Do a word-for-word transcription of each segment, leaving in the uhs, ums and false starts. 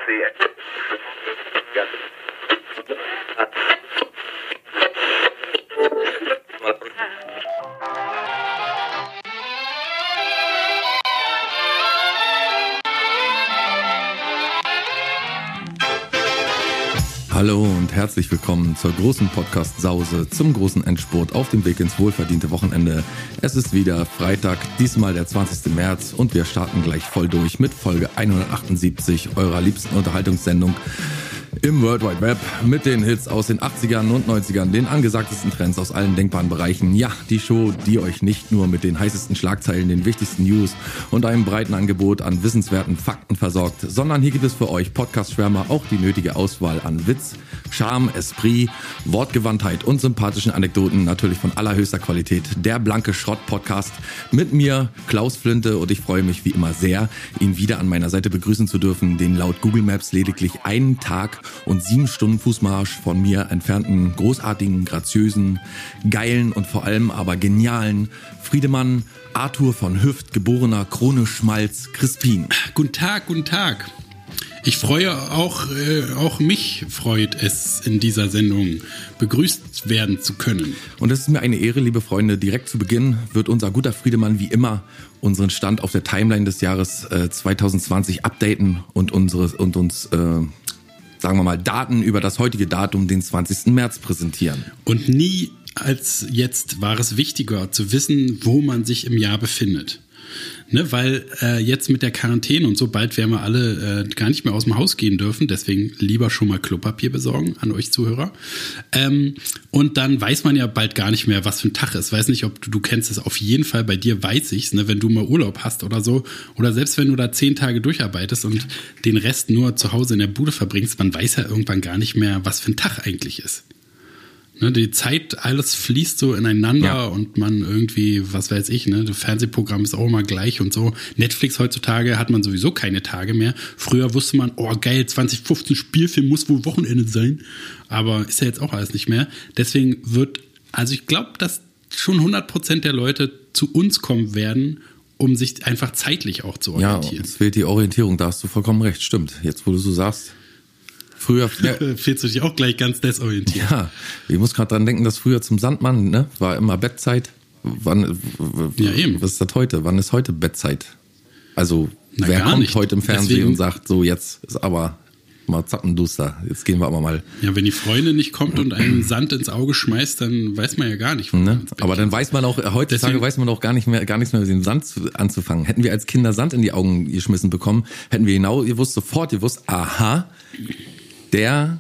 Hallo und herzlich willkommen zur großen Podcast-Sause zum großen Endspurt auf dem Weg ins wohlverdiente Wochenende. Es ist wieder Freitag, diesmal der zwanzigsten März und wir starten gleich voll durch mit Folge hundertachtundsiebzig eurer liebsten Unterhaltungssendung im World Wide Web mit den Hits aus den achtzigern und neunzigern, den angesagtesten Trends aus allen denkbaren Bereichen. Ja, die Show, die euch nicht nur mit den heißesten Schlagzeilen, den wichtigsten News und einem breiten Angebot an wissenswerten Fakten versorgt, sondern hier gibt es für euch Podcast-Schwärmer auch die nötige Auswahl an Witz, Charme, Esprit, Wortgewandtheit und sympathischen Anekdoten, natürlich von allerhöchster Qualität. Der blanke Schrott-Podcast mit mir, Klaus Flinte, und ich freue mich wie immer sehr, ihn wieder an meiner Seite begrüßen zu dürfen, den laut Google Maps lediglich einen Tag und sieben Stunden Fußmarsch von mir entfernten, großartigen, graziösen, geilen und vor allem aber genialen Friedemann Arthur von Hüft, geborener Krone Schmalz Crispin. Guten Tag, guten Tag. Ich freue auch, äh, auch mich freut es, in dieser Sendung begrüßt werden zu können. Und es ist mir eine Ehre, liebe Freunde, direkt zu Beginn wird unser guter Friedemann wie immer unseren Stand auf der Timeline des Jahres äh, zwanzig zwanzig updaten und, unsere, und uns, äh, sagen wir mal, Daten über das heutige Datum, den zwanzigsten März, präsentieren. Und nie als jetzt war es wichtiger zu wissen, wo man sich im Jahr befindet. Ne, weil äh, jetzt mit der Quarantäne und so bald werden wir alle äh, gar nicht mehr aus dem Haus gehen dürfen, deswegen lieber schon mal Klopapier besorgen an euch Zuhörer. Ähm, und dann weiß man ja bald gar nicht mehr, was für ein Tag ist. Weiß nicht, ob du, du kennst es auf jeden Fall, bei dir weiß ich's, ne, wenn du mal Urlaub hast oder so, oder selbst wenn du da zehn Tage durcharbeitest und den Rest nur zu Hause in der Bude verbringst, man weiß ja irgendwann gar nicht mehr, was für ein Tag eigentlich ist. Ne, die Zeit, alles fließt so ineinander, ja. Und man irgendwie, was weiß ich, ne, das Fernsehprogramm ist auch immer gleich und so. Netflix heutzutage hat man sowieso keine Tage mehr. Früher wusste man, oh geil, zwanzig fünfzehn Spielfilm muss wohl Wochenende sein. Aber ist ja jetzt auch alles nicht mehr. Deswegen wird, also ich glaube, dass schon hundert Prozent der Leute zu uns kommen werden, um sich einfach zeitlich auch zu orientieren. Ja, es fehlt die Orientierung, da hast du vollkommen recht, stimmt. Jetzt, wo du so sagst. Früher ja. Fühlst du dich auch gleich ganz desorientiert. Ja, ich muss gerade dran denken, dass früher zum Sandmann, ne, war immer Bettzeit. Wann, ja, eben. Was ist das heute? Wann ist heute Bettzeit? Also, Na, wer kommt nicht. heute im Fernsehen Deswegen, und sagt, so, jetzt ist aber mal zappenduster, jetzt gehen wir aber mal. Ja, wenn die Freundin nicht kommt und einen Sand ins Auge schmeißt, dann weiß man ja gar nicht, wo ne? man ins Bett Aber dann weiß man auch, heutzutage Deswegen, weiß man auch gar nicht mehr, gar nichts mehr mit dem Sand anzufangen. Hätten wir als Kinder Sand in die Augen geschmissen bekommen, hätten wir genau, ihr wusst sofort, ihr wusst, aha, der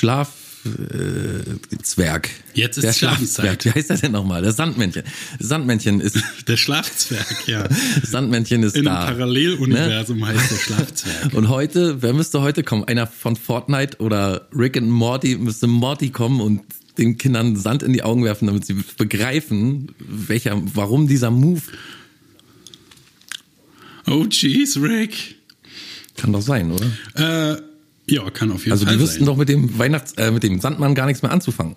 Schlafzwerg. Äh, Jetzt ist der Schlafenszeit. Wie heißt der denn nochmal? Das Sandmännchen. Das Sandmännchen ist... Der Schlafzwerg, ja. Das Sandmännchen ist In da. In einem Paralleluniversum, ne? Heißt der Schlafzwerg. Und heute, wer müsste heute kommen? Einer von Fortnite oder Rick and Morty, müsste Morty kommen und den Kindern Sand in die Augen werfen, damit sie begreifen, welcher, warum dieser Move... Oh jeez, Rick. Kann doch sein, oder? Äh... Ja, kann auf jeden also Fall sein. Also die wüssten doch mit dem Weihnachts, äh, mit dem Sandmann gar nichts mehr anzufangen.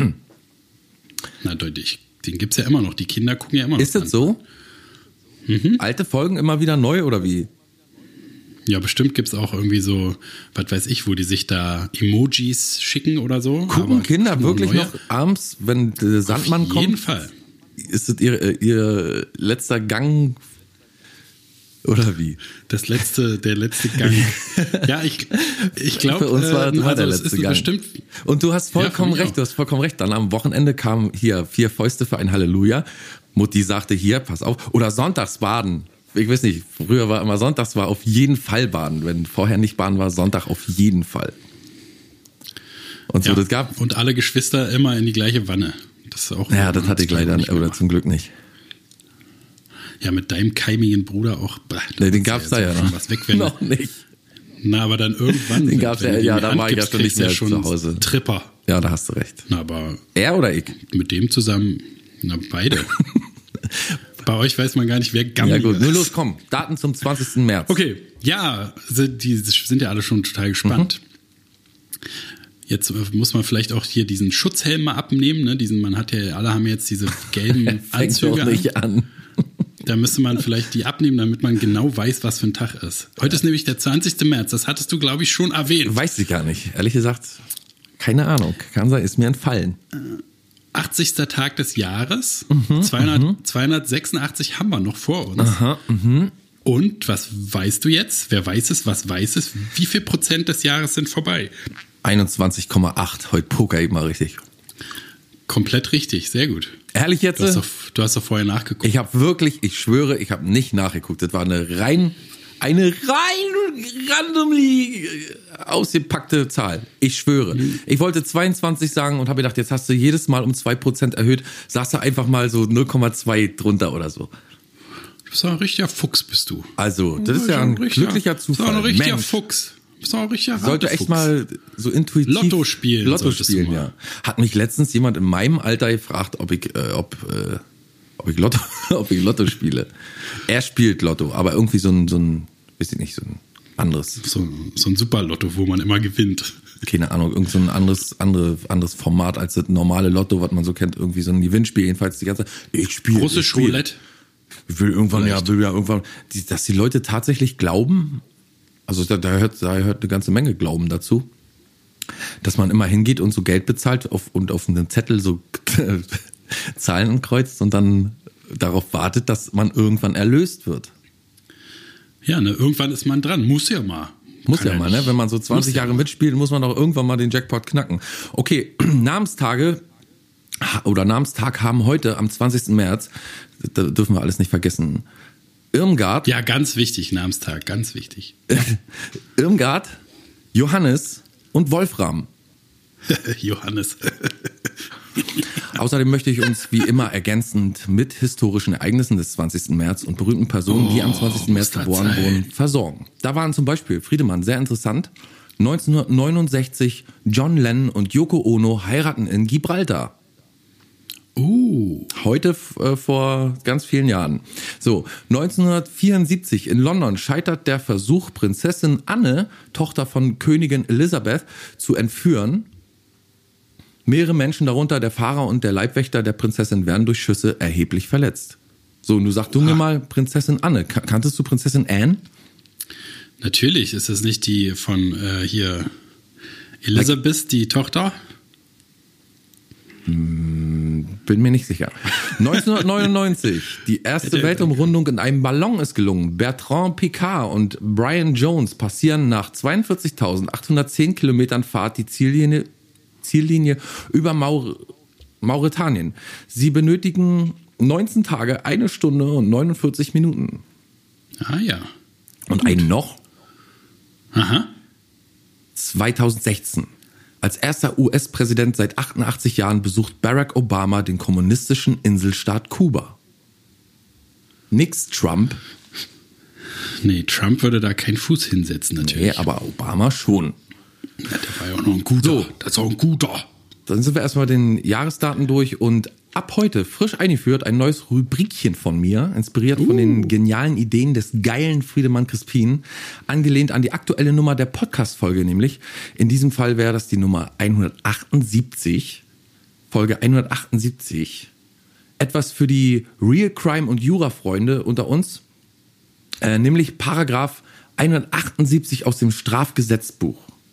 Na deutlich, den gibt's ja immer noch. Die Kinder gucken ja immer noch. Ist das so? Mhm. Alte Folgen immer wieder neu oder wie? Ja, bestimmt gibt's auch irgendwie so, was weiß ich, wo die sich da Emojis schicken oder so. Gucken aber Kinder wirklich noch abends, wenn der Sandmann kommt? Auf jeden Fall. Ist das ihr, ihr letzter Gang? Oder wie? Das letzte, der letzte Gang. Ja, ich, ich glaube, für uns war, äh, war der also letzte ist Gang. Bestimmt, und du hast vollkommen ja, recht, du hast vollkommen recht. Dann am Wochenende kam hier vier Fäuste für ein Halleluja. Mutti sagte hier, pass auf. Oder Sonntagsbaden. Ich weiß nicht, früher war immer Sonntags war auf jeden Fall baden. Wenn vorher nicht baden war, Sonntag auf jeden Fall. Und so, ja, das gab. Und alle Geschwister immer in die gleiche Wanne. Das ist auch. Ja, das hatte ich leider nicht, oder zum Glück nicht. Ja, mit deinem keimigen Bruder auch. Bah, nee, den gab's da ja noch. Was weg, wenn noch nicht. Na, aber dann irgendwann. Den gab's ja, ja, da war ich ja schon nicht mehr ja schon zu Hause. Tripper. Ja, da hast du recht. Na, aber. Er oder ich? Mit dem zusammen, na, beide. Bei euch weiß man gar nicht, wer Gammi ist. Ja gut, nur los, komm. Daten zum zwanzigsten März. Okay, ja, die sind ja alle schon total gespannt. Mhm. Jetzt muss man vielleicht auch hier diesen Schutzhelm mal abnehmen, ne? Diesen, man hat ja, alle haben jetzt diese gelben Fängt Anzüge doch nicht an. Da müsste man vielleicht die abnehmen, damit man genau weiß, was für ein Tag ist. Heute ist nämlich der zwanzigste März. Das hattest du, glaube ich, schon erwähnt. Weiß ich gar nicht. Ehrlich gesagt, keine Ahnung. Kann sein, ist mir entfallen. achtzigster Tag des Jahres. Mhm, zweihundert, zweihundertsechsundachtzig haben wir noch vor uns. Aha, mhm. Und was weißt du jetzt? Wer weiß es? Was weiß es? Wie viel Prozent des Jahres sind vorbei? einundzwanzig Komma acht. Heute poker ich mal richtig. Komplett richtig. Sehr gut. Ehrlich jetzt? Du hast doch, du hast doch vorher nachgeguckt. Ich habe wirklich, ich schwöre, ich habe nicht nachgeguckt. Das war eine rein, eine rein randomly ausgepackte Zahl. Ich schwöre. Mhm. Ich wollte zweiundzwanzig sagen und habe gedacht, jetzt hast du jedes Mal um zwei Prozent erhöht. Sagst du einfach mal so null Komma zwei drunter oder so. Du bist doch ein richtiger Fuchs, bist du. Also, das ist ja ein glücklicher Zufall. Du bist doch ein richtiger Mensch. Fuchs. Du bist doch ein richtiger Ratefuchs. Sollte echt mal so intuitiv Lotto spielen. Lotto spielen, ja. Hat mich letztens jemand in meinem Alter gefragt, ob ich, äh, ob, äh, ob ich Lotto, ob ich Lotto spiele. Er spielt Lotto, aber irgendwie so ein, so ein, weiß ich nicht, so ein anderes. So, so ein Super-Lotto, wo man immer gewinnt. Keine Ahnung, irgend so ein anderes, andere, anderes Format als das normale Lotto, was man so kennt, irgendwie so ein Gewinnspiel, jedenfalls die ganze Zeit. Ich spiele. Russisch Roulette. Ich will irgendwann, Vielleicht. ja, will ja irgendwann, die, dass die Leute tatsächlich glauben, also da, da, hört, da hört eine ganze Menge Glauben dazu, dass man immer hingeht und so Geld bezahlt auf, und auf einen Zettel so Zahlen ankreuzt und dann darauf wartet, dass man irgendwann erlöst wird. Ja, ne, irgendwann ist man dran. Muss ja mal. Muss ja, ja mal, ne? Wenn man so zwanzig Jahre ja mitspielt, muss man doch irgendwann mal den Jackpot knacken. Okay, Namenstage oder Namenstag haben heute am zwanzigsten März, da dürfen wir alles nicht vergessen, Irmgard. Ja, ganz wichtig, Namenstag, ganz wichtig. Irmgard, Johannes und Wolfram. Johannes. Außerdem möchte ich uns wie immer ergänzend mit historischen Ereignissen des zwanzigsten März und berühmten Personen, oh, die am zwanzigsten März geboren wurden, versorgen. Da waren zum Beispiel, Friedemann, sehr interessant, neunzehnhundertneunundsechzig John Lennon und Yoko Ono heiraten in Gibraltar. Uh. Heute äh, vor ganz vielen Jahren. So, neunzehnhundertvierundsiebzig in London scheitert der Versuch, Prinzessin Anne, Tochter von Königin Elizabeth, zu entführen. Mehrere Menschen, darunter der Fahrer und der Leibwächter der Prinzessin, werden durch Schüsse erheblich verletzt. So, und du sagst du mir mal Prinzessin Anne. Kanntest du Prinzessin Anne? Natürlich, ist das nicht die von äh, hier Elizabeth, die Tochter? Bin mir nicht sicher. neunzehnhundertneunundneunzig, die erste Weltumrundung in einem Ballon ist gelungen. Bertrand Piccard und Brian Jones passieren nach zweiundvierzigtausendachthundertzehn Kilometern Fahrt die Ziellinie, Ziellinie über Maur, Mauretanien. Sie benötigen neunzehn Tage, eine Stunde und neunundvierzig Minuten. Ah ja. Und einen noch. Aha. zweitausendsechzehn. Als erster U S-Präsident seit achtundachtzig Jahren besucht Barack Obama den kommunistischen Inselstaat Kuba. Nix Trump. Nee, Trump würde da keinen Fuß hinsetzen, natürlich. Nee, aber Obama schon. Ja, der war ja auch noch ein guter. So, das ist auch ein guter. Dann sind wir erstmal den Jahresdaten durch und ab heute frisch eingeführt ein neues Rubrikchen von mir, inspiriert uh. von den genialen Ideen des geilen Friedemann Crispin, angelehnt an die aktuelle Nummer der Podcast-Folge, nämlich in diesem Fall wäre das die Nummer hundertachtundsiebzig, Folge hundertachtundsiebzig. Etwas für die Real Crime und Jura-Freunde unter uns, äh, nämlich Paragraph hundertachtundsiebzig aus dem Strafgesetzbuch.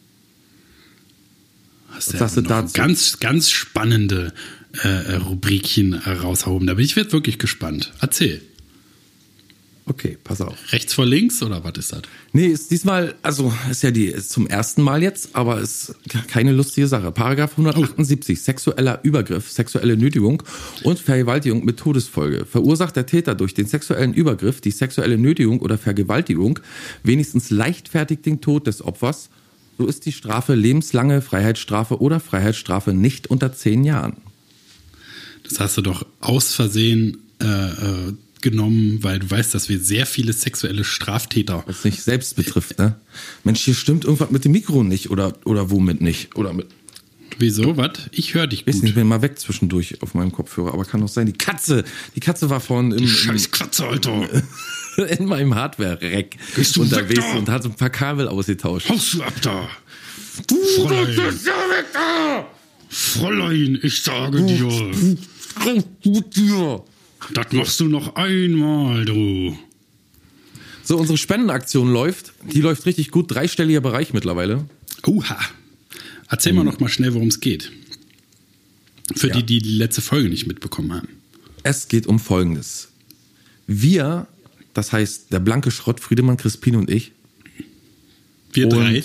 Hast du hast du dazu? Ganz, ganz spannende äh, Rubrikchen raushauen. Da bin ich jetzt wirklich gespannt. Erzähl. Okay, pass auf. Rechts vor links oder was ist das? Nee, ist diesmal, also ist ja die ist zum ersten Mal jetzt, aber ist keine lustige Sache. Paragraph hundertachtundsiebzig, oh. Sexueller Übergriff, sexuelle Nötigung und Vergewaltigung mit Todesfolge. Verursacht der Täter durch den sexuellen Übergriff, die sexuelle Nötigung oder Vergewaltigung wenigstens leichtfertig den Tod des Opfers, so ist die Strafe lebenslange Freiheitsstrafe oder Freiheitsstrafe nicht unter zehn Jahren. Das hast du doch aus Versehen äh, äh, genommen, weil du weißt, dass wir sehr viele sexuelle Straftäter... Was nicht selbst betrifft, ne? Mensch, hier stimmt irgendwas mit dem Mikro nicht oder, oder womit nicht. Oder mit. Wieso? Was? Ich höre dich gut. Ich bin mal weg zwischendurch auf meinem Kopfhörer, aber kann doch sein. Die Katze, die Katze war vorhin im... Die scheiß Katze, Alter. in meinem Hardware-Rack unterwegs und hat so ein paar Kabel ausgetauscht. Haust du ab da! Du Fräulein! Weg da! Fräulein, ich sage dir! Gut dir! Das machst du noch einmal, du. So, unsere Spendenaktion läuft. Die läuft richtig gut. Dreistelliger Bereich mittlerweile. Uha. Erzähl um, mal noch mal schnell, worum es geht. Für ja. die, die die letzte Folge nicht mitbekommen haben. Es geht um Folgendes. Wir, das heißt der blanke Schrott, Friedemann, Crispin und ich. Wir drei.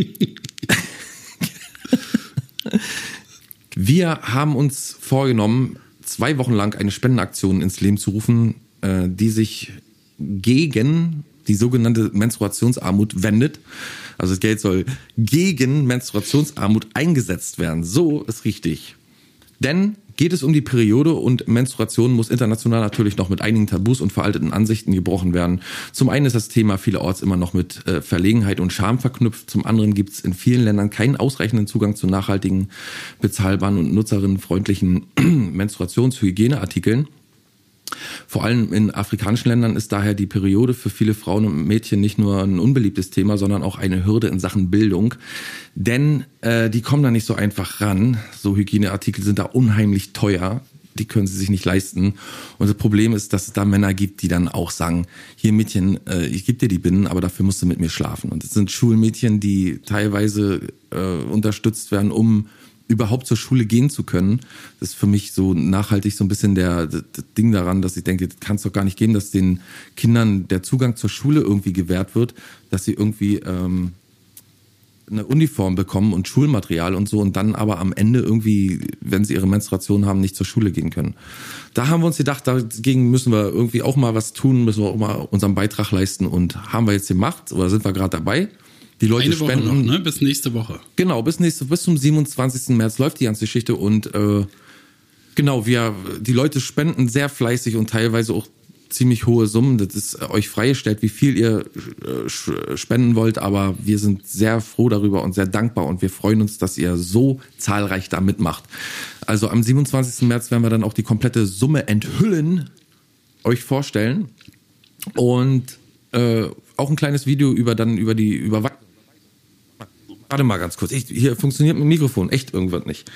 Wir haben uns vorgenommen, zwei Wochen lang eine Spendenaktion ins Leben zu rufen, die sich gegen die sogenannte Menstruationsarmut wendet. Also das Geld soll gegen Menstruationsarmut eingesetzt werden. So ist richtig. Denn geht es um die Periode und Menstruation muss international natürlich noch mit einigen Tabus und veralteten Ansichten gebrochen werden. Zum einen ist das Thema vielerorts immer noch mit äh, Verlegenheit und Scham verknüpft. Zum anderen gibt es in vielen Ländern keinen ausreichenden Zugang zu nachhaltigen, bezahlbaren und nutzerinnenfreundlichen Menstruationshygieneartikeln. Vor allem in afrikanischen Ländern ist daher die Periode für viele Frauen und Mädchen nicht nur ein unbeliebtes Thema, sondern auch eine Hürde in Sachen Bildung. Denn äh, die kommen da nicht so einfach ran. So Hygieneartikel sind da unheimlich teuer. Die können sie sich nicht leisten. Und das Problem ist, dass es da Männer gibt, die dann auch sagen, hier Mädchen, äh, ich gebe dir die Binden, aber dafür musst du mit mir schlafen. Und es sind Schulmädchen, die teilweise äh, unterstützt werden, um überhaupt zur Schule gehen zu können. Das ist für mich so nachhaltig so ein bisschen der, das Ding daran, dass ich denke, das kann es doch gar nicht geben, dass den Kindern der Zugang zur Schule irgendwie gewährt wird, dass sie irgendwie ähm, eine Uniform bekommen und Schulmaterial und so und dann aber am Ende irgendwie, wenn sie ihre Menstruation haben, nicht zur Schule gehen können. Da haben wir uns gedacht, dagegen müssen wir irgendwie auch mal was tun, müssen wir auch mal unseren Beitrag leisten und haben wir jetzt gemacht oder sind wir gerade dabei. Die Leute Eine Woche spenden noch, ne? Bis nächste Woche. Genau, bis nächste, bis zum siebenundzwanzigsten März läuft die ganze Geschichte und äh, genau, wir, die Leute spenden sehr fleißig und teilweise auch ziemlich hohe Summen. Das ist euch freigestellt, wie viel ihr äh, spenden wollt, aber wir sind sehr froh darüber und sehr dankbar und wir freuen uns, dass ihr so zahlreich da mitmacht. Also am siebenundzwanzigsten März werden wir dann auch die komplette Summe enthüllen, euch vorstellen und äh, auch ein kleines Video über dann über die Überwachung. Warte mal ganz kurz. Ich, hier funktioniert mein Mikrofon echt irgendwas nicht.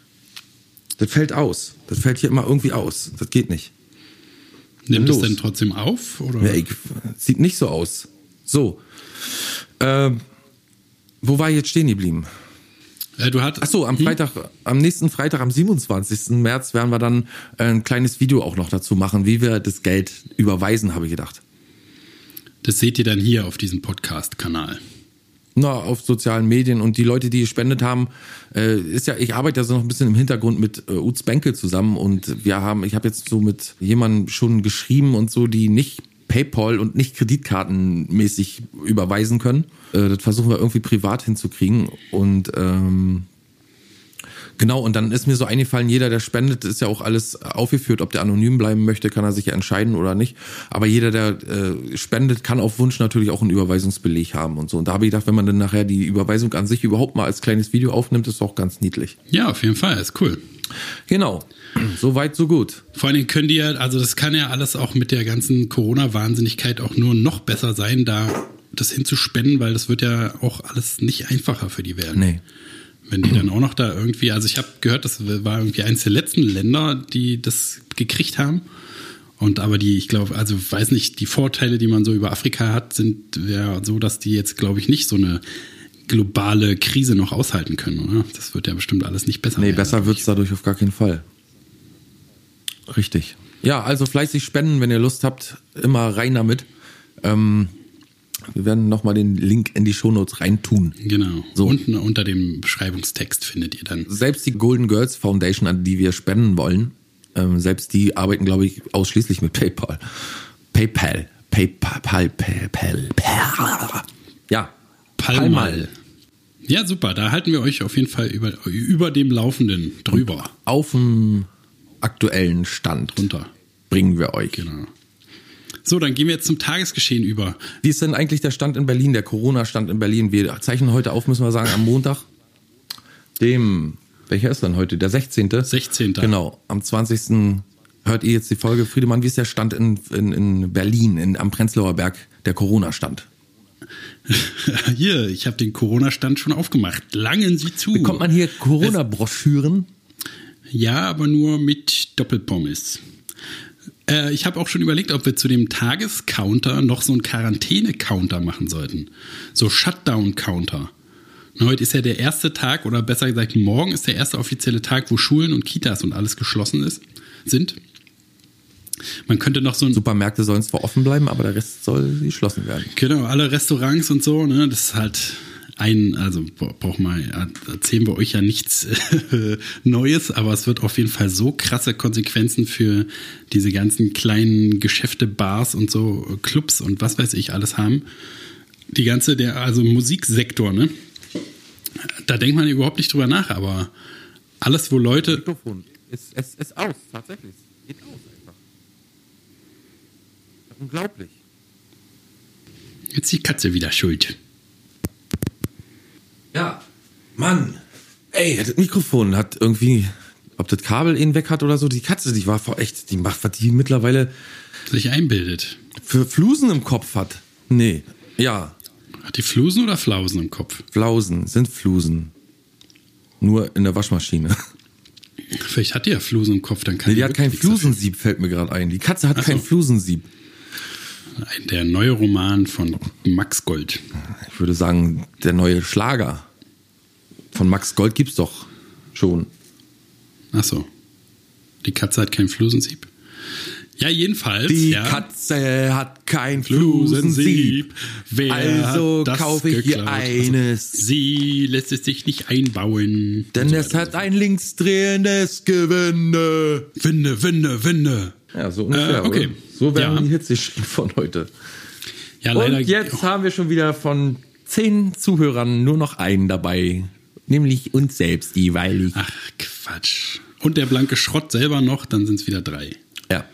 Das fällt aus. Das fällt hier immer irgendwie aus. Das geht nicht. Nimmt es denn trotzdem auf? Oder? Ja, ich, sieht nicht so aus. So. Ähm, wo war ich jetzt stehen geblieben? Äh, du hattest, Ach so, am Freitag, hm? am nächsten Freitag, am siebenundzwanzigsten März werden wir dann ein kleines Video auch noch dazu machen, wie wir das Geld überweisen, habe ich gedacht. Das seht ihr dann hier auf diesem Podcast-Kanal. Na, auf sozialen Medien und die Leute, die gespendet haben, äh, ist ja, ich arbeite ja so noch ein bisschen im Hintergrund mit äh, Utz Benke zusammen und wir haben, ich habe jetzt so mit jemandem schon geschrieben und so, die nicht PayPal und nicht kreditkartenmäßig überweisen können. Äh, das versuchen wir irgendwie privat hinzukriegen und ähm, genau, und dann ist mir so eingefallen, jeder, der spendet, ist ja auch alles aufgeführt, ob der anonym bleiben möchte, kann er sich ja entscheiden oder nicht. Aber jeder, der äh, spendet, kann auf Wunsch natürlich auch einen Überweisungsbeleg haben und so. Und da habe ich gedacht, wenn man dann nachher die Überweisung an sich überhaupt mal als kleines Video aufnimmt, ist auch ganz niedlich. Ja, auf jeden Fall, ist cool. Genau, so weit, so gut. Vor allen Dingen können die ja, also das kann ja alles auch mit der ganzen Corona-Wahnsinnigkeit auch nur noch besser sein, da das hinzuspenden, weil das wird ja auch alles nicht einfacher für die werden. Nee. Wenn die dann auch noch da irgendwie, also ich habe gehört, das war irgendwie eines der letzten Länder, die das gekriegt haben. Und aber die, ich glaube, also weiß nicht, die Vorteile, die man so über Afrika hat, sind ja so, dass die jetzt, glaube ich, nicht so eine globale Krise noch aushalten können, oder? Das wird ja bestimmt alles nicht besser. Nee, werden, besser wird's dadurch auf gar keinen Fall. Richtig. Ja, also fleißig spenden, wenn ihr Lust habt, immer rein damit. Ähm, Wir werden nochmal den Link in die Shownotes reintun. Genau. So. Unten unter dem Beschreibungstext findet ihr dann. Selbst die Golden Girls Foundation, an die wir spenden wollen, ähm, selbst die arbeiten, glaube ich, ausschließlich mit PayPal. PayPal. PayPal. PayPal. PayPal. Ja. Palmal. Ja, super. Da halten wir euch auf jeden Fall über, über dem Laufenden drüber. Auf dem aktuellen Stand runter bringen wir euch. Genau. So, dann gehen wir jetzt zum Tagesgeschehen über. Wie ist denn eigentlich der Stand in Berlin, der Corona-Stand in Berlin? Wir zeichnen heute auf, müssen wir sagen, am Montag, dem, welcher ist denn heute? Der sechzehnte sechzehnte Genau, am zwanzigsten hört ihr jetzt die Folge. Friedemann, wie ist der Stand in, in, in Berlin, in, am Prenzlauer Berg, der Corona-Stand? Hier, ich habe den Corona-Stand schon aufgemacht. Langen Sie zu. Bekommt man hier Corona-Broschüren? Ja, aber nur mit Doppelpommes. Äh, ich habe auch schon überlegt, ob wir zu dem Tagescounter noch so einen Quarantäne-Counter machen sollten. So Shutdown-Counter. Und heute ist ja der erste Tag, oder besser gesagt, morgen ist der erste offizielle Tag, wo Schulen und Kitas und alles geschlossen ist, sind. Man könnte noch so ein... Supermärkte sollen zwar offen bleiben, aber der Rest soll geschlossen werden. Genau, alle Restaurants und so, ne, das ist halt ein, also brauchen wir, erzählen wir euch ja nichts Neues, aber es wird auf jeden Fall so krasse Konsequenzen für diese ganzen kleinen Geschäfte, Bars und so, Clubs und was weiß ich alles haben. Die ganze, der, also Musiksektor, ne, da denkt man überhaupt nicht drüber nach, aber alles, wo Leute... Mikrofon ist, ist, ist aus, tatsächlich. Geht aus einfach. Unglaublich. Jetzt ist die Katze wieder schuld. Ja, Mann. Ey, das Mikrofon hat irgendwie, ob das Kabel ihn weg hat oder so, die Katze, die war vor echt, die macht, was die mittlerweile sich einbildet. Für Flusen im Kopf hat. Nee, ja. Hat die Flusen oder Flausen im Kopf? Flausen, sind Flusen. Nur in der Waschmaschine. Vielleicht hat die ja Flusen im Kopf, dann kann nee, die hat kein Flusensieb, fällt mir gerade ein. Die Katze hat Ach kein so. Flusensieb. Der neue Roman von Max Gold. Ich würde sagen, der neue Schlager von Max Gold gibt's doch schon. Ach so. Die Katze hat kein Flusensieb? Ja, jedenfalls. Die ja. Katze hat kein Flusensieb. Wer also hat kaufe ich geklaut? ihr eines. Also, sie lässt es sich nicht einbauen. Denn so es hat ein linksdrehendes Gewinde. Winde, Winde, Winde. Ja, so ungefähr. Äh, okay. Oder? So werden ja. die Hits geschrieben von heute. Ja, leider. Und jetzt oh. haben wir schon wieder von zehn Zuhörern nur noch einen dabei. Nämlich uns selbst jeweilig. Ach, Quatsch. Und der blanke Schrott selber noch, dann sind es wieder drei. Ja.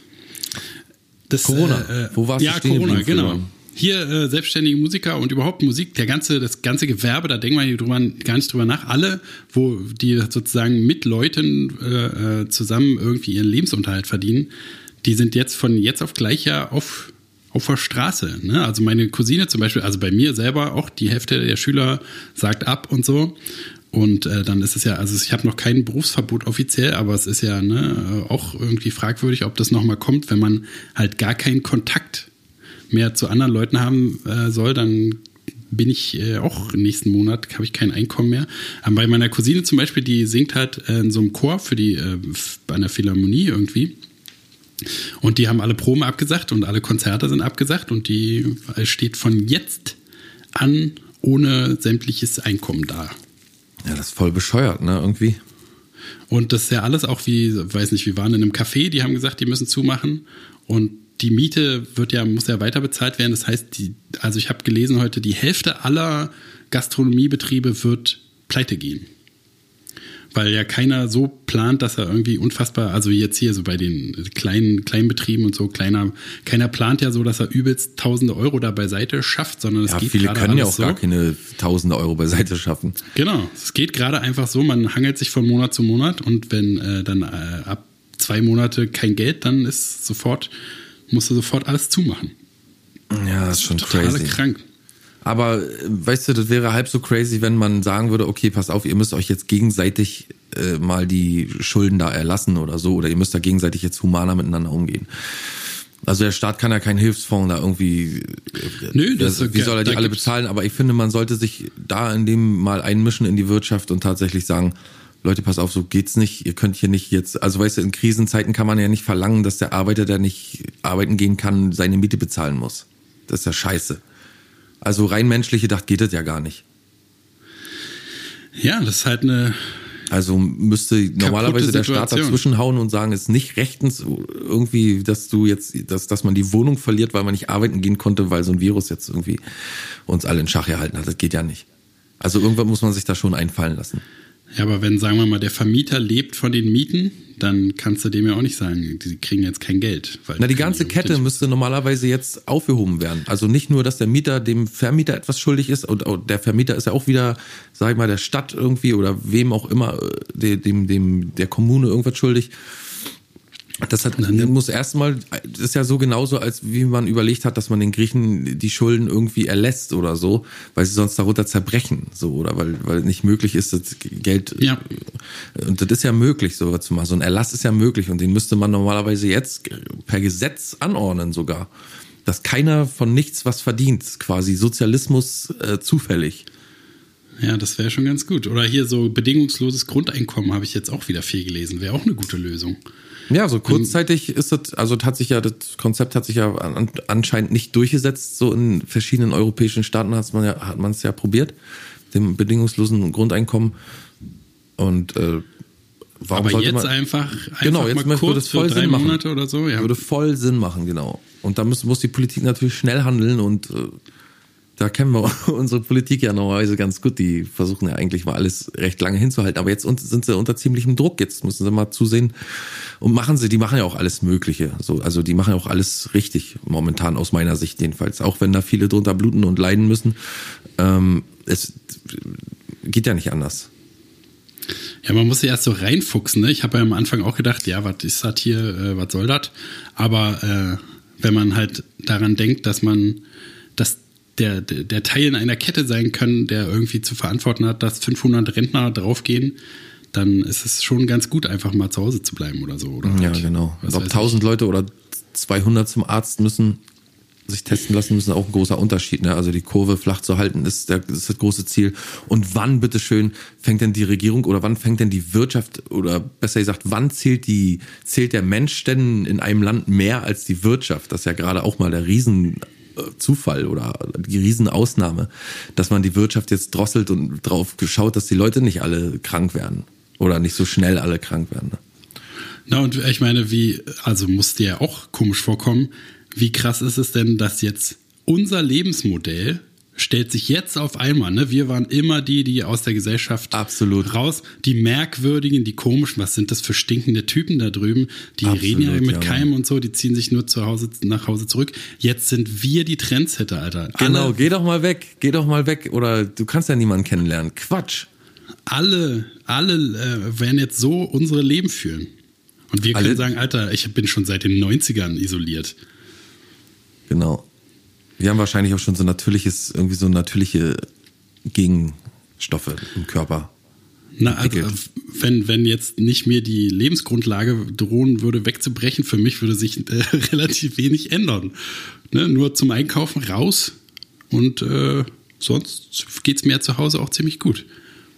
Das, Corona. Äh, Wo warst ja, du stehen Corona, geblieben, genau. Florian? Hier äh, selbstständige Musiker und überhaupt Musik, der ganze, das ganze Gewerbe, da denken wir drüber, gar nicht drüber nach. Alle, wo die sozusagen mit Leuten äh, zusammen irgendwie ihren Lebensunterhalt verdienen, die sind jetzt von jetzt auf gleich ja auf, auf der Straße. Ne? Also meine Cousine zum Beispiel, also bei mir selber auch, die Hälfte der Schüler sagt ab und so. Und äh, dann ist es ja, also ich habe noch kein Berufsverbot offiziell, aber es ist ja ne, auch irgendwie fragwürdig, ob das nochmal kommt, wenn man halt gar keinen Kontakt mehr zu anderen Leuten haben äh, soll, dann bin ich äh, auch nächsten Monat, habe ich kein Einkommen mehr. Aber bei meiner Cousine zum Beispiel, die singt halt äh, in so einem Chor für die, äh, bei einer Philharmonie irgendwie. Und die haben alle Proben abgesagt und alle Konzerte sind abgesagt und die steht von jetzt an ohne sämtliches Einkommen da. Ja, das ist voll bescheuert, ne, irgendwie. Und das ist ja alles auch wie, weiß nicht, wir waren in einem Café, die haben gesagt, die müssen zumachen und die Miete wird ja, muss ja weiter bezahlt werden. Das heißt, die, also ich habe gelesen heute, die Hälfte aller Gastronomiebetriebe wird pleite gehen. Weil ja keiner so plant, dass er irgendwie unfassbar, also wie jetzt hier so bei den kleinen Kleinbetrieben und so, kleiner, keiner plant ja so, dass er übelst tausende Euro da beiseite schafft, sondern es ja, geht viele gerade können ja auch so. gar keine tausende Euro beiseite schaffen. Genau, es geht gerade einfach so, man hangelt sich von Monat zu Monat und wenn äh, dann äh, ab zwei Monate kein Geld, dann ist sofort, musst du sofort alles zumachen. Ja, das ist schon Total crazy. krank. Aber, weißt du, das wäre halb so crazy, wenn man sagen würde, okay, pass auf, ihr müsst euch jetzt gegenseitig äh, mal die Schulden da erlassen oder so, oder ihr müsst da gegenseitig jetzt humaner miteinander umgehen. Also der Staat kann ja keinen Hilfsfonds da irgendwie, äh, Nö, das das, wie soll er die da alle gibt's- bezahlen, aber ich finde, man sollte sich da in dem mal einmischen in die Wirtschaft und tatsächlich sagen, Leute, pass auf, so geht's nicht, ihr könnt hier nicht jetzt, also weißt du, in Krisenzeiten kann man ja nicht verlangen, dass der Arbeiter, der nicht arbeiten gehen kann, seine Miete bezahlen muss. Das ist ja scheiße. Also rein menschlich gedacht geht das ja gar nicht. Ja, das ist halt eine, Also müsste normalerweise der Staat Situation. dazwischenhauen und sagen, es ist nicht rechtens irgendwie, dass du jetzt, dass, dass man die Wohnung verliert, weil man nicht arbeiten gehen konnte, weil so ein Virus jetzt irgendwie uns alle in Schach gehalten hat. Das geht ja nicht. Also irgendwann muss man sich da schon einfallen lassen. ja, aber wenn, sagen wir mal, der Vermieter lebt von den Mieten, dann kannst du dem ja auch nicht sagen, die kriegen jetzt kein Geld. Weil Na, die ganze Kette müsste normalerweise jetzt aufgehoben werden. Also nicht nur, dass der Mieter dem Vermieter etwas schuldig ist und und der Vermieter ist ja auch wieder, sag ich mal, der Stadt irgendwie oder wem auch immer, äh, dem, dem, der Kommune irgendwas schuldig. Das hat, muss erstmal, das ist ja so genauso, als wie man überlegt hat, dass man den Griechen die Schulden irgendwie erlässt oder so, weil sie sonst darunter zerbrechen, so, oder weil, weil nicht möglich ist, das Geld, ja. Und das ist ja möglich, so was zu machen. So ein Erlass ist ja möglich und den müsste man normalerweise jetzt per Gesetz anordnen sogar, dass keiner von nichts was verdient, quasi Sozialismus äh, zufällig. Ja, das wäre schon ganz gut. Oder hier so bedingungsloses Grundeinkommen habe ich jetzt auch wieder viel gelesen, wäre auch eine gute Lösung. Ja, so kurzzeitig ist das, also hat sich ja, das Konzept hat sich ja anscheinend nicht durchgesetzt. So in verschiedenen europäischen Staaten hat man ja, hat man es ja probiert, dem bedingungslosen Grundeinkommen. Und äh, warum Aber sollte jetzt man, einfach, einfach genau, jetzt mal kurz voll für drei Sinn machen. Monate oder so. Ja. Würde voll Sinn machen, genau. Und da muss, muss die Politik natürlich schnell handeln und äh, da kennen wir unsere Politik ja normalerweise ganz gut. Die versuchen ja eigentlich mal alles recht lange hinzuhalten. Aber jetzt sind sie unter ziemlichem Druck. Jetzt müssen sie mal zusehen und machen sie, die machen ja auch alles Mögliche. So, also die machen ja auch alles richtig momentan aus meiner Sicht jedenfalls. Auch wenn da viele drunter bluten und leiden müssen. Ähm, es geht ja nicht anders. Ja, man muss sich erst so reinfuchsen. Ne? Ich habe ja am Anfang auch gedacht, ja, was ist das hier, äh, was soll das? Aber äh, wenn man halt daran denkt, dass man, dass Der, der, der Teil in einer Kette sein kann, der irgendwie zu verantworten hat, dass fünfhundert Rentner draufgehen, dann ist es schon ganz gut, einfach mal zu Hause zu bleiben oder so. Oder ja, halt, genau. Ob tausend Leute oder zweihundert zum Arzt müssen, sich testen lassen müssen, auch ein großer Unterschied. Ne? Also die Kurve flach zu halten, ist, der, ist das große Ziel. Und wann, bitteschön, fängt denn die Regierung oder wann fängt denn die Wirtschaft oder besser gesagt, wann zählt die zählt der Mensch denn in einem Land mehr als die Wirtschaft? Das ist ja gerade auch mal der Riesen Zufall oder die Riesenausnahme, dass man die Wirtschaft jetzt drosselt und drauf geschaut, dass die Leute nicht alle krank werden oder nicht so schnell alle krank werden. Ne? Na und ich meine, wie, also muss dir ja auch komisch vorkommen, wie krass ist es denn, dass jetzt unser Lebensmodell stellt sich jetzt auf einmal, ne? Wir waren immer die, die aus der Gesellschaft Absolut. raus, die merkwürdigen, die komischen, was sind das für stinkende Typen da drüben, die Absolut, reden ja mit ja, keinem und so, die ziehen sich nur zu Hause, nach Hause zurück. Jetzt sind wir die Trendsetter, Alter. Genau, alle, geh doch mal weg, geh doch mal weg oder du kannst ja niemanden kennenlernen. Quatsch. Alle, alle äh, werden jetzt so unsere Leben führen. Und wir können alle? sagen, Alter, ich bin schon seit den neunzigern isoliert. Genau. Wir haben wahrscheinlich auch schon so natürliches, irgendwie so natürliche Gegenstoffe im Körper. Na, also, wenn, wenn jetzt nicht mir die Lebensgrundlage drohen würde, wegzubrechen, für mich würde sich äh, relativ wenig ändern. Ne? Nur zum Einkaufen raus und äh, sonst geht's mir zu Hause auch ziemlich gut.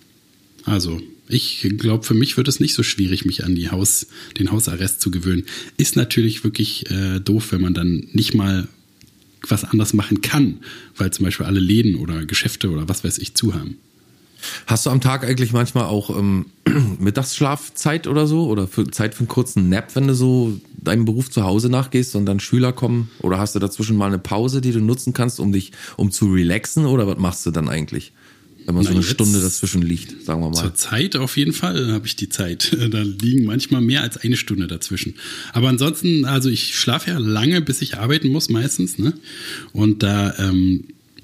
Also, ich glaube, für mich wird es nicht so schwierig, mich an die Haus, den Hausarrest zu gewöhnen. Ist natürlich wirklich äh, doof, wenn man dann nicht mal was anders machen kann, weil zum Beispiel alle Läden oder Geschäfte oder was weiß ich zu haben. Hast du am Tag eigentlich manchmal auch ähm, Mittagsschlafzeit oder so? Oder für Zeit für einen kurzen Nap, wenn du so deinem Beruf zu Hause nachgehst und dann Schüler kommen? Oder hast du dazwischen mal eine Pause, die du nutzen kannst, um dich, um zu relaxen? Oder was machst du dann eigentlich? Wenn man Na, so eine Stunde dazwischen liegt, sagen wir mal. Zur Zeit auf jeden Fall habe ich die Zeit. Da liegen manchmal mehr als eine Stunde dazwischen. Aber ansonsten, also ich schlafe ja lange, bis ich arbeiten muss meistens. Ne? Und da ähm,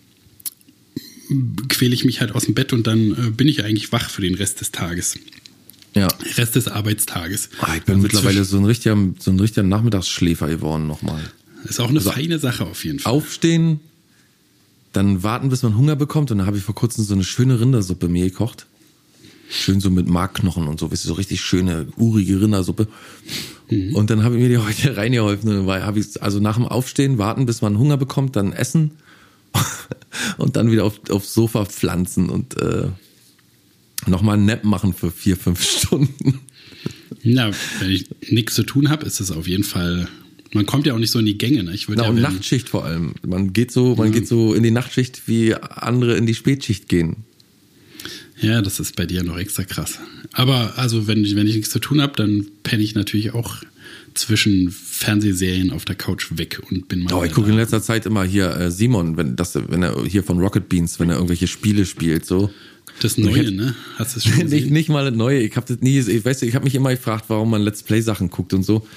quäle ich mich halt aus dem Bett und dann äh, bin ich eigentlich wach für den Rest des Tages. Ja. Rest des Arbeitstages. Ah, ich bin also mittlerweile so ein richtiger, so ein richtiger Nachmittagsschläfer geworden nochmal. Ist auch eine also feine Sache auf jeden Fall. Aufstehen, dann warten, bis man Hunger bekommt. Und dann habe ich vor kurzem so eine schöne Rindersuppe mir gekocht. Schön so mit Markknochen und so. Weißt du, so richtig schöne, urige Rindersuppe. Mhm. Und dann habe ich mir die heute reingeholfen. Weil habe ich also nach dem Aufstehen warten, bis man Hunger bekommt, dann essen und dann wieder auf, aufs Sofa pflanzen und äh, nochmal einen Nap machen für vier, fünf Stunden. Na, wenn ich nichts zu tun habe, ist es auf jeden Fall. Man kommt ja auch nicht so in die Gänge, ne? Ich würde Na, ja, und wenn, Nachtschicht vor allem. Man geht so, man ja. geht so in die Nachtschicht, wie andere in die Spätschicht gehen. Ja, das ist bei dir noch extra krass. Aber also, wenn, wenn ich nichts zu tun habe, dann penne ich natürlich auch zwischen Fernsehserien auf der Couch weg und bin mal. Oh, ich gucke in letzter Zeit immer hier äh, Simon, wenn das, wenn er hier von Rocket Beans, wenn er irgendwelche Spiele spielt, so. Das Neue, ne? Hast du es schon gesehen? nicht, nicht mal das Neue. Ich habe das nie, ich weiß, ich habe mich immer gefragt, warum man Let's Play Sachen guckt und so.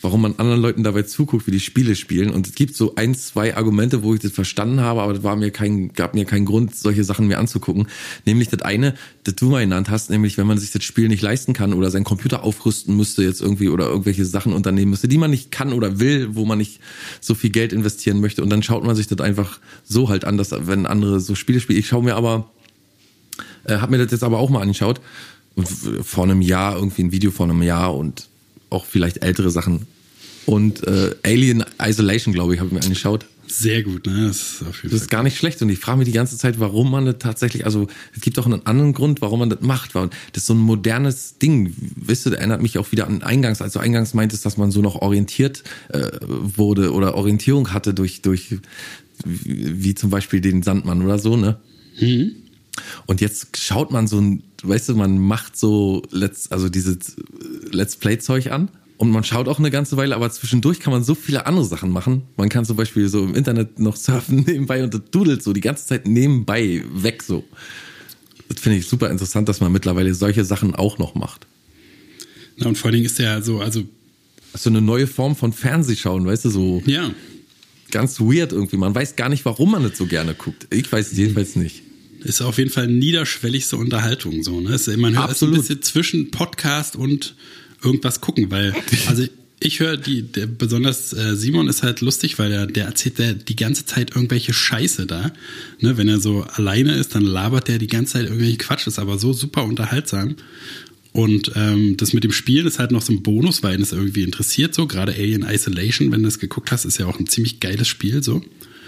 warum man anderen Leuten dabei zuguckt, wie die Spiele spielen. Und es gibt so ein, zwei Argumente, wo ich das verstanden habe, aber das war mir kein, gab mir keinen Grund, solche Sachen mir anzugucken. Nämlich das eine, das du mal genannt hast, nämlich wenn man sich das Spiel nicht leisten kann oder seinen Computer aufrüsten müsste jetzt irgendwie oder irgendwelche Sachen unternehmen müsste, die man nicht kann oder will, wo man nicht so viel Geld investieren möchte. Und dann schaut man sich das einfach so halt an, dass wenn andere so Spiele spielen. Ich schaue mir aber, äh, habe mir das jetzt aber auch mal angeschaut, vor einem Jahr, irgendwie ein Video vor einem Jahr und auch vielleicht ältere Sachen. Und äh, Alien Isolation, glaube ich, habe ich mir angeschaut. Sehr gut, ne? Das ist, auf jeden das ist gar nicht schlecht. Und ich frage mich die ganze Zeit, warum man das tatsächlich, also es gibt auch einen anderen Grund, warum man das macht. Das ist so ein modernes Ding. Wisst ihr, das erinnert mich auch wieder an Eingangs. Also Eingangs meintest, dass man so noch orientiert äh, wurde oder Orientierung hatte durch, durch wie, wie zum Beispiel den Sandmann oder so, ne? Mhm. Und jetzt schaut man so ein, weißt du, man macht so Let's, also dieses Let's Play-Zeug an und man schaut auch eine ganze Weile, aber zwischendurch kann man so viele andere Sachen machen. Man kann zum Beispiel so im Internet noch surfen nebenbei und das dudelt so die ganze Zeit nebenbei weg so. Das finde ich super interessant, dass man mittlerweile solche Sachen auch noch macht. Na und vor allen Dingen ist der so, also so eine neue Form von Fernsehschauen, weißt du, so ja. Ganz weird irgendwie. Man weiß gar nicht, warum man das so gerne guckt. Ich weiß es jedenfalls nicht. Ist auf jeden Fall niederschwelligste Unterhaltung so, ne? Ist, man hört es ein bisschen zwischen Podcast und irgendwas gucken, weil also ich höre die der, besonders äh, Simon ist halt lustig, weil der der erzählt der die ganze Zeit irgendwelche Scheiße da, ne? Wenn er so alleine ist, dann labert der die ganze Zeit irgendwelche Quatsch, ist aber so super unterhaltsam. Und ähm, das mit dem Spielen ist halt noch so ein Bonus, weil ihn das irgendwie interessiert so. Gerade Alien Isolation, wenn du das geguckt hast, ist ja auch ein ziemlich geiles Spiel so.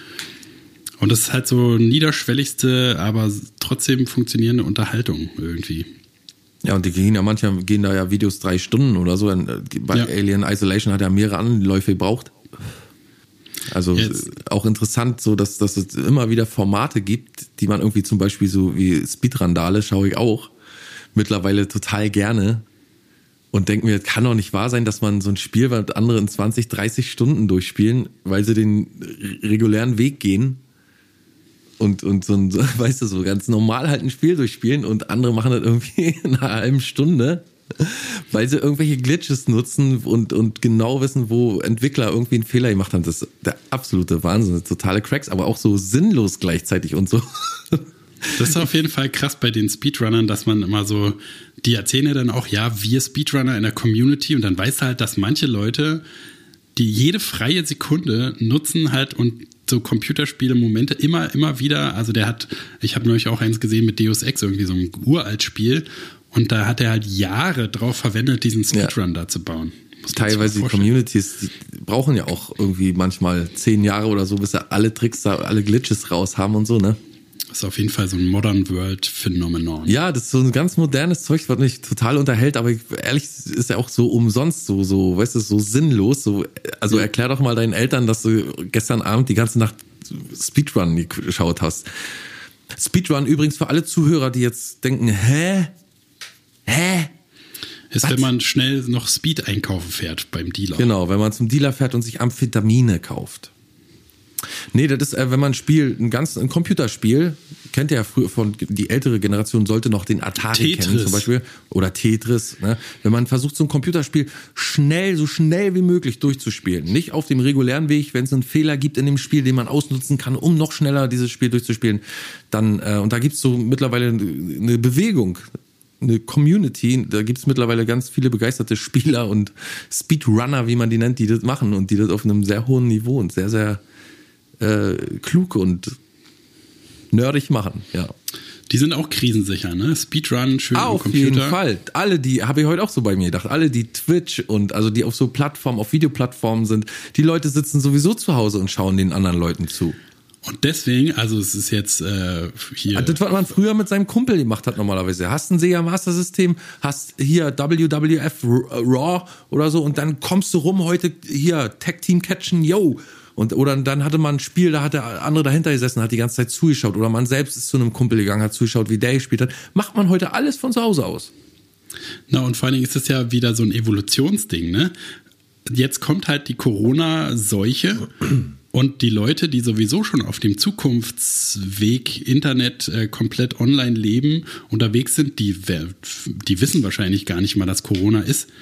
Und das ist halt so niederschwelligste, aber trotzdem funktionierende Unterhaltung irgendwie. Ja, und die gehen ja manchmal, gehen da ja Videos drei Stunden oder so. Bei ja. Alien Isolation hat er mehrere Anläufe gebraucht. Also Jetzt. Auch interessant, so dass, dass es immer wieder Formate gibt, die man irgendwie zum Beispiel so wie Speedrandale schaue ich auch mittlerweile total gerne. Und denke mir, es kann doch nicht wahr sein, dass man so ein Spiel, was andere in zwanzig, dreißig Stunden durchspielen, weil sie den regulären Weg gehen. Und, und so ein, weißt du, so ganz normal halt ein Spiel durchspielen und andere machen das irgendwie in einer halben Stunde, weil sie irgendwelche Glitches nutzen und, und genau wissen, wo Entwickler irgendwie einen Fehler gemacht haben. Das ist der absolute Wahnsinn, totale Cracks, aber auch so sinnlos gleichzeitig und so. Das ist auf jeden Fall krass bei den Speedrunnern, dass man immer so, die erzählen ja dann auch, ja, wir Speedrunner in der Community und dann weißt du halt, dass manche Leute, die jede freie Sekunde nutzen halt und so Computerspiele-Momente immer, immer wieder, also der hat, ich habe neulich auch eins gesehen mit Deus Ex, irgendwie so ein uralt Spiel und da hat er halt Jahre drauf verwendet, diesen Speedrun ja. da zu bauen. Teilweise die Communities, die brauchen ja auch irgendwie manchmal zehn Jahre oder so, bis sie alle Tricks da, alle Glitches raus haben und so, ne? Das ist auf jeden Fall so ein Modern World Phänomen. Ja, das ist so ein ganz modernes Zeug, was mich total unterhält, aber ehrlich ist ja auch so umsonst, so, so, weißt du, so sinnlos. So, also ja. Erklär doch mal deinen Eltern, dass du gestern Abend die ganze Nacht Speedrun geschaut hast. Speedrun übrigens für alle Zuhörer, die jetzt denken, hä? Hä? Ist, was? Wenn man schnell noch Speed einkaufen fährt beim Dealer. Genau, wenn man zum Dealer fährt und sich Amphetamine kauft. Nee, das ist, wenn man ein Spiel, ein ganz ein Computerspiel, kennt ihr ja früher von, die ältere Generation sollte noch den Atari Tetris. kennen zum Beispiel, oder Tetris, ne? Wenn man versucht, so ein Computerspiel schnell, so schnell wie möglich durchzuspielen, nicht auf dem regulären Weg, wenn es einen Fehler gibt in dem Spiel, den man ausnutzen kann, um noch schneller dieses Spiel durchzuspielen, dann, äh, und da gibt's so mittlerweile eine Bewegung, eine Community, da gibt es mittlerweile ganz viele begeisterte Spieler und Speedrunner, wie man die nennt, die das machen und die das auf einem sehr hohen Niveau und sehr, sehr Äh, klug und nerdig machen, ja. Die sind auch krisensicher, ne? Speedrun, schön auf am Computer. Auf jeden Fall. Alle, die, habe ich heute auch so bei mir gedacht, alle, die Twitch und also die auf so Plattformen, auf Videoplattformen sind, die Leute sitzen sowieso zu Hause und schauen den anderen Leuten zu. Und deswegen, also es ist jetzt äh, hier... Das, was man früher mit seinem Kumpel gemacht hat normalerweise. Hast ein Sega Master System, hast hier W W F Raw oder so und dann kommst du rum heute hier, Tag Team Catchen, yo. Und, oder dann hatte man ein Spiel, da hat der andere dahinter gesessen, hat die ganze Zeit zugeschaut. Oder man selbst ist zu einem Kumpel gegangen, hat zugeschaut, wie der gespielt hat. Macht man heute alles von zu Hause aus. Na, und vor allen Dingen ist das ja wieder so ein Evolutionsding, ne? Jetzt kommt halt die Corona-Seuche und die Leute, die sowieso schon auf dem Zukunftsweg Internet äh, komplett online leben, unterwegs sind, die, die wissen wahrscheinlich gar nicht mal, dass Corona ist.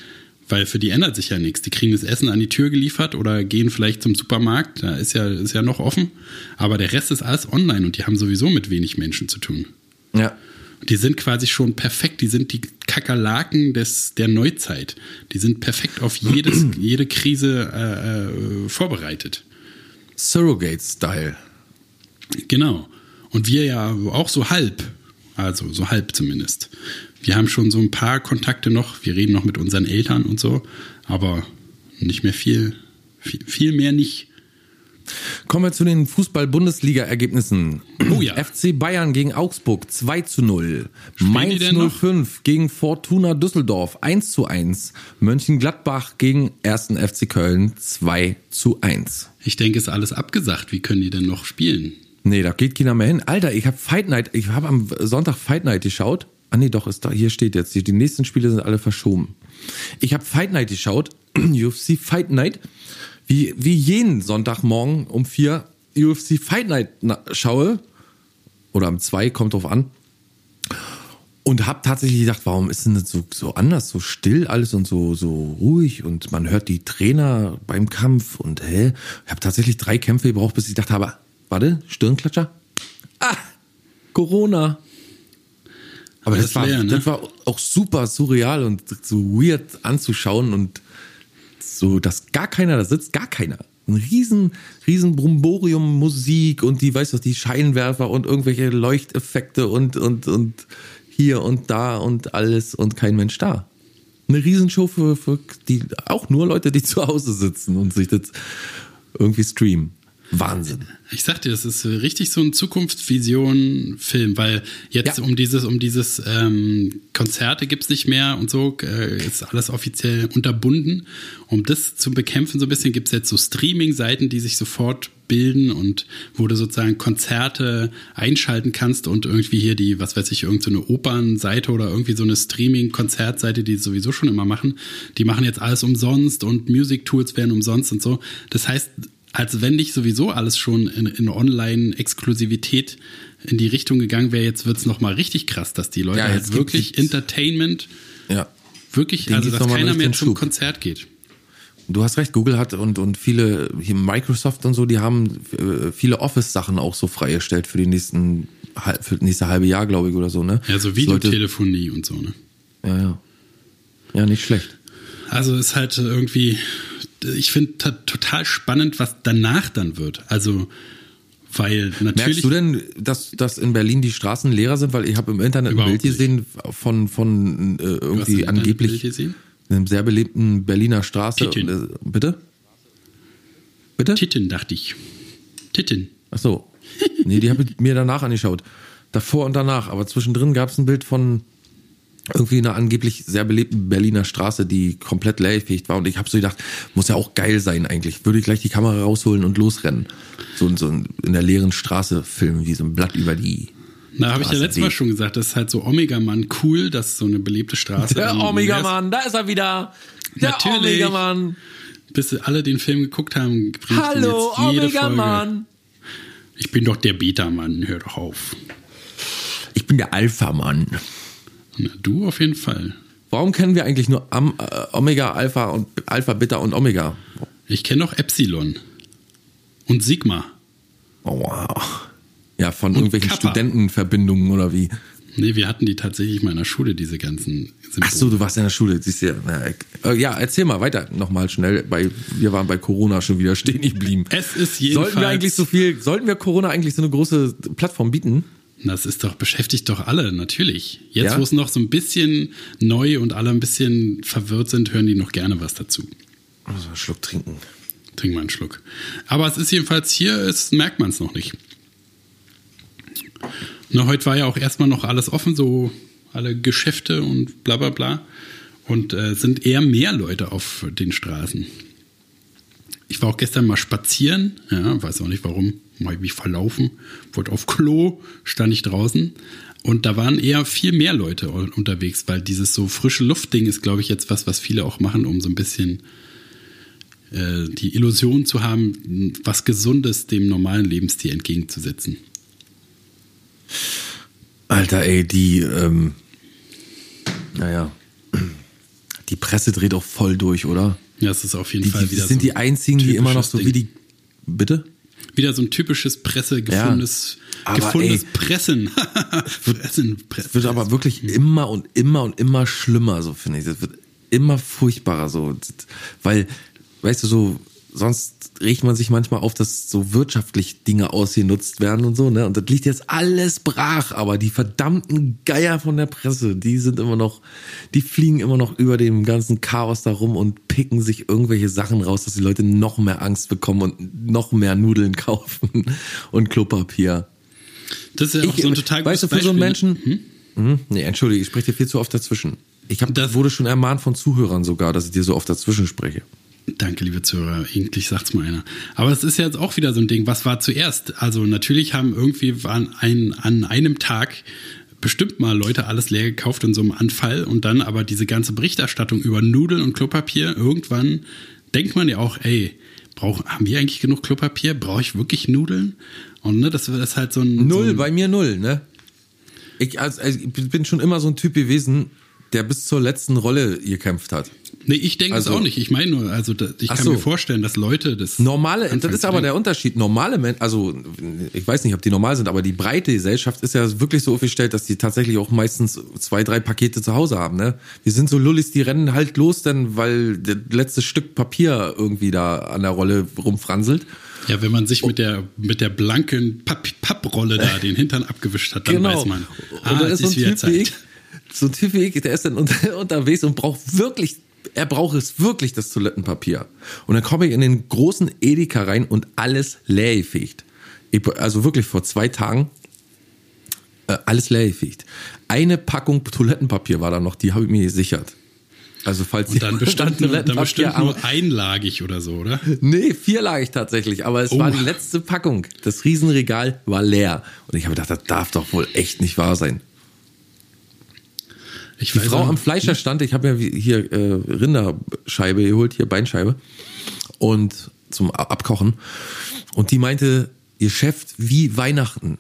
Weil für die ändert sich ja nichts. Die kriegen das Essen an die Tür geliefert oder gehen vielleicht zum Supermarkt. Da ist ja, ist ja noch offen. Aber der Rest ist alles online und die haben sowieso mit wenig Menschen zu tun. Ja. Die sind quasi schon perfekt. Die sind die Kakerlaken des, der Neuzeit. Die sind perfekt auf jedes, jede Krise äh, äh, vorbereitet. Surrogate-Style. Genau. Und wir ja auch so halb. Also so halb zumindest. Wir haben schon so ein paar Kontakte noch. Wir reden noch mit unseren Eltern und so. Aber nicht mehr viel. Viel, viel mehr nicht. Kommen wir zu den Fußball-Bundesliga-Ergebnissen. Oh ja. F C Bayern gegen Augsburg zwei zu null. Spielen die Mainz denn null noch? fünf gegen Fortuna Düsseldorf eins zu eins. Mönchengladbach gegen ersten F C Köln zwei zu eins. Ich denke, ist alles abgesagt. Wie können die denn noch spielen? Nee, da geht keiner mehr hin. Alter, ich habe Fight Night, ich habe am Sonntag Fight Night geschaut. Ah nee, doch, ist da, hier steht jetzt, die, die nächsten Spiele sind alle verschoben. Ich habe Fight Night geschaut, U F C Fight Night, wie, wie jeden Sonntagmorgen um vier U F C Fight Night na, schaue, oder um zwei, kommt drauf an, und habe tatsächlich gedacht, warum ist denn das so, so anders, so still alles und so, so ruhig und man hört die Trainer beim Kampf und hä? Ich habe tatsächlich drei Kämpfe gebraucht, bis ich dachte habe, warte, Stirnklatscher? Ah, Corona. Aber das, Das war, leer, ne? das war auch super surreal und so weird anzuschauen und so, dass gar keiner da sitzt, gar keiner. Ein riesen, riesen Brumborium Musik und die, weißt du, die Scheinwerfer und irgendwelche Leuchteffekte und, und, und hier und da und alles und kein Mensch da. Eine Riesenshow für, für die, auch nur Leute, die zu Hause sitzen und sich das irgendwie streamen. Wahnsinn. Ich sag dir, das ist richtig so ein Zukunftsvision-Film, weil jetzt Ja. um dieses, um dieses ähm, Konzerte gibt's nicht mehr und so, äh, ist alles offiziell unterbunden. Um das zu bekämpfen so ein bisschen gibt's jetzt so Streaming-Seiten, die sich sofort bilden und wo du sozusagen Konzerte einschalten kannst und irgendwie hier die, was weiß ich, irgendeine so Opernseite oder irgendwie so eine Streaming-Konzertseite, die sowieso schon immer machen, die machen jetzt alles umsonst und Music-Tools werden umsonst und so. Das heißt, als wenn nicht sowieso alles schon in, in Online-Exklusivität in die Richtung gegangen wäre, jetzt wird's noch mal richtig krass, dass die Leute Ja, halt jetzt wirklich gibt's- Entertainment, Ja. wirklich, Den also gibt's dass noch mal keiner richtig mehr den zum Schub. Konzert geht. Du hast recht, Google hat und, und viele, hier Microsoft und so, die haben äh, viele Office-Sachen auch so freigestellt für die nächsten, hal- für das nächste halbe Jahr, glaube ich, oder so, ne? Ja, so Dass Leute- Videotelefonie und so, ne? Ja, ja. Ja, nicht schlecht. Also ist halt irgendwie, ich finde total spannend, was danach dann wird. Also, weil natürlich. Merkst du denn, dass, dass in Berlin die Straßen leerer sind? Weil ich habe im Internet ein Überhaupt Bild gesehen von, von äh, Du hast im irgendwie Internet ein Bild angeblich gesehen? einem sehr belebten Berliner Straße. Titten. Äh, bitte? Bitte? Titten, dachte ich. Titten. Ach so. Nee, die habe ich mir danach angeschaut. Davor und danach. Aber zwischendrin gab es ein Bild von irgendwie einer angeblich sehr belebten Berliner Straße, die komplett leergefegt war. Und ich habe so gedacht, muss ja auch geil sein eigentlich. Würde ich gleich die Kamera rausholen und losrennen. So, so in der leeren Straße filmen, wie so ein Blatt über die. Na, habe ich ja Straße letztes Mal weht. schon gesagt, das ist halt so Omega-Mann cool, dass so eine belebte Straße. Der dann Omega-Mann, da ist er wieder. Der Natürlich. Omega-Mann. Bis alle den Film geguckt haben, bringt Hallo, jetzt jede Folge. Omega-Mann. Ich bin doch der Beta-Mann, hör doch auf. Ich bin der Alpha-Mann. Na, du auf jeden Fall. Warum kennen wir eigentlich nur Am, äh, Omega, Alpha und Alpha, Beta und Omega? Ich kenne doch Epsilon. Und Sigma. Oh, wow. Ja, von Und irgendwelchen Kappa. Studentenverbindungen oder wie? Nee, wir hatten die tatsächlich mal in der Schule, diese ganzen Symbole. Ach so, du warst in der Schule, siehst du ja. Na, äh, ja, erzähl mal weiter, nochmal schnell. Bei, wir waren bei Corona schon wieder stehen geblieben. Es ist jedenfalls... Sollten wir eigentlich so viel, sollten wir Corona eigentlich so eine große Plattform bieten? Das ist doch, beschäftigt doch alle, natürlich. Jetzt, Ja? wo es noch so ein bisschen neu und alle ein bisschen verwirrt sind, hören die noch gerne was dazu. Also einen Schluck trinken. Trink mal einen Schluck. Aber es ist jedenfalls hier, es merkt man es noch nicht. Na, heute war ja auch erstmal noch alles offen, so alle Geschäfte und bla bla bla. Und äh, sind eher mehr Leute auf den Straßen. Ich war auch gestern mal spazieren, ja, weiß auch nicht warum, mal hab ich mich verlaufen, wollte auf Klo, stand ich draußen und da waren eher viel mehr Leute unterwegs, weil dieses so frische Luftding ist, glaube ich, jetzt was, was viele auch machen, um so ein bisschen äh, die Illusion zu haben, was Gesundes dem normalen Lebensstil entgegenzusetzen. Alter, ey, die, ähm, naja, die Presse dreht auch voll durch, oder? Ja, es ist auf jeden die, Fall die, wieder das sind so die einzigen, die immer noch so Ding. wie die, bitte? Wieder so ein typisches Presse, gefundenes, ja, gefundenes ey, Pressen. Pressen, Pressen. Es wird aber wirklich immer und immer und immer schlimmer, so finde ich. Das wird immer furchtbarer, so. Weil, weißt du, so, sonst regt man sich manchmal auf, dass so wirtschaftlich Dinge ausgenutzt werden und so, ne? Und das liegt jetzt alles brach, aber die verdammten Geier von der Presse, die sind immer noch, die fliegen immer noch über dem ganzen Chaos da rum und picken sich irgendwelche Sachen raus, dass die Leute noch mehr Angst bekommen und noch mehr Nudeln kaufen und Klopapier. Das ist ja auch ich, so ein total gutes Weißt du, für Beispiel. so einen Menschen, hm? Hm, nee, entschuldige, ich spreche dir viel zu oft dazwischen. Ich hab, Das wurde schon ermahnt von Zuhörern sogar, dass ich dir so oft dazwischen spreche. Danke, liebe Zuhörer. Endlich sagt's mal einer. Aber es ist ja jetzt auch wieder so ein Ding. Was war zuerst? Also natürlich haben irgendwie waren ein, an einem Tag bestimmt mal Leute alles leer gekauft in so einem Anfall und dann aber diese ganze Berichterstattung über Nudeln und Klopapier. Irgendwann denkt man ja auch, ey, brauch, haben wir eigentlich genug Klopapier? Brauche ich wirklich Nudeln? Und ne, das ist halt so ein... Null, so ein, bei mir null, ne? Ich, also, also, ich bin schon immer so ein Typ gewesen, der bis zur letzten Rolle gekämpft hat. Nee, ich denke es Also- auch nicht. Ich meine nur, also da, ich Ach kann so. mir vorstellen, dass Leute das... Normale, anfangen das ist zu aber denken. der Unterschied. Normale Menschen, also ich weiß nicht, ob die normal sind, aber die breite Gesellschaft ist ja wirklich so aufgestellt, dass die tatsächlich auch meistens zwei, drei Pakete zu Hause haben. Ne? Wir sind so Lullis, die rennen halt los, denn weil das letzte Stück Papier irgendwie da an der Rolle rumfranselt. Ja, wenn man sich mit der mit der blanken Papp Papprolle da den Hintern abgewischt hat, dann Genau. weiß man, Und ah, da es ist so ein ist wieder Typ wie ich, Zeit. so ein Typ wie ich, der ist dann unter, unterwegs und braucht wirklich, er braucht es wirklich, das Toilettenpapier. Und dann komme ich in den großen Edeka rein und alles leergefegt. Ich, also wirklich vor zwei Tagen äh, alles leergefegt. Eine Packung Toilettenpapier war da noch, die habe ich mir gesichert. Also falls Und dann bestand nur, dann bestimmt aber- nur einlagig oder so, oder? Nee, vierlagig tatsächlich, aber es Oh. war die letzte Packung. Das Riesenregal war leer. Und ich habe gedacht, das darf doch wohl echt nicht wahr sein. Ich Die weiß Frau auch- am Fleischerstand, ich habe ja wie- hier äh, Rinderscheibe geholt, hier Beinscheibe und zum A- Abkochen. Und die meinte, ihr Chef wie Weihnachten.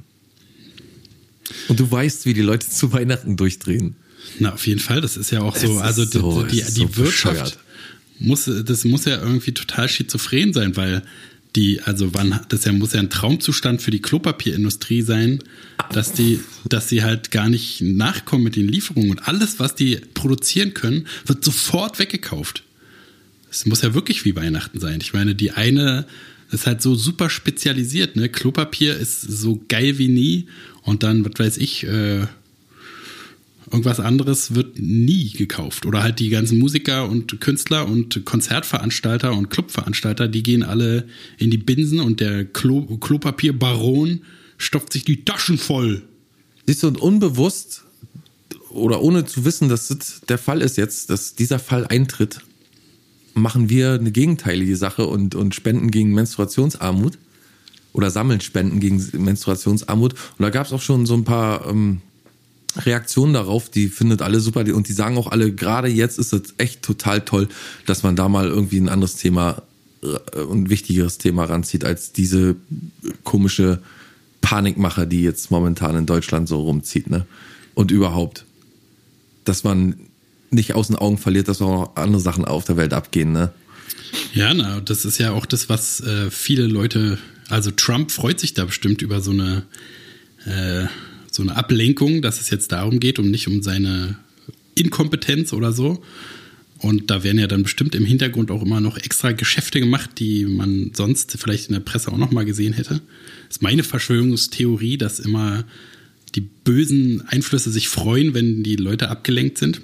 Und du weißt, wie die Leute zu Weihnachten durchdrehen. Na, auf jeden Fall, das ist ja auch so, ist also die, so- die, es ist die so Wirtschaft bescheuert. muss, das muss ja irgendwie total schizophren sein, weil die, also wann, das ja, muss ja ein Traumzustand für die Klopapierindustrie sein, dass die, dass sie halt gar nicht nachkommen mit den Lieferungen und alles, was die produzieren können, wird sofort weggekauft. Es muss ja wirklich wie Weihnachten sein. Ich meine, die eine ist halt so super spezialisiert, ne? Klopapier ist so geil wie nie und dann, was weiß ich, äh, irgendwas anderes wird nie gekauft. Oder halt die ganzen Musiker und Künstler und Konzertveranstalter und Clubveranstalter, die gehen alle in die Binsen und der Klo Klopapierbaron stopft sich die Taschen voll. Siehst du, und unbewusst oder ohne zu wissen, dass das der Fall ist jetzt, dass dieser Fall eintritt, machen wir eine gegenteilige Sache und, und spenden gegen Menstruationsarmut oder sammeln Spenden gegen Menstruationsarmut. Und da gab es auch schon so ein paar ähm, Reaktionen darauf, die findet alle super und die sagen auch alle, gerade jetzt ist es echt total toll, dass man da mal irgendwie ein anderes Thema, äh, ein wichtigeres Thema ranzieht als diese komische Panikmache, die jetzt momentan in Deutschland so rumzieht, ne? Und überhaupt, dass man nicht aus den Augen verliert, dass auch noch andere Sachen auf der Welt abgehen, ne? Ja, na, das ist ja auch das, was äh, viele Leute, also Trump freut sich da bestimmt über so eine äh, so eine Ablenkung, dass es jetzt darum geht, um nicht um seine Inkompetenz oder so. Und da werden ja dann bestimmt im Hintergrund auch immer noch extra Geschäfte gemacht, die man sonst vielleicht in der Presse auch noch mal gesehen hätte. Das ist meine Verschwörungstheorie, dass immer die bösen Einflüsse sich freuen, wenn die Leute abgelenkt sind.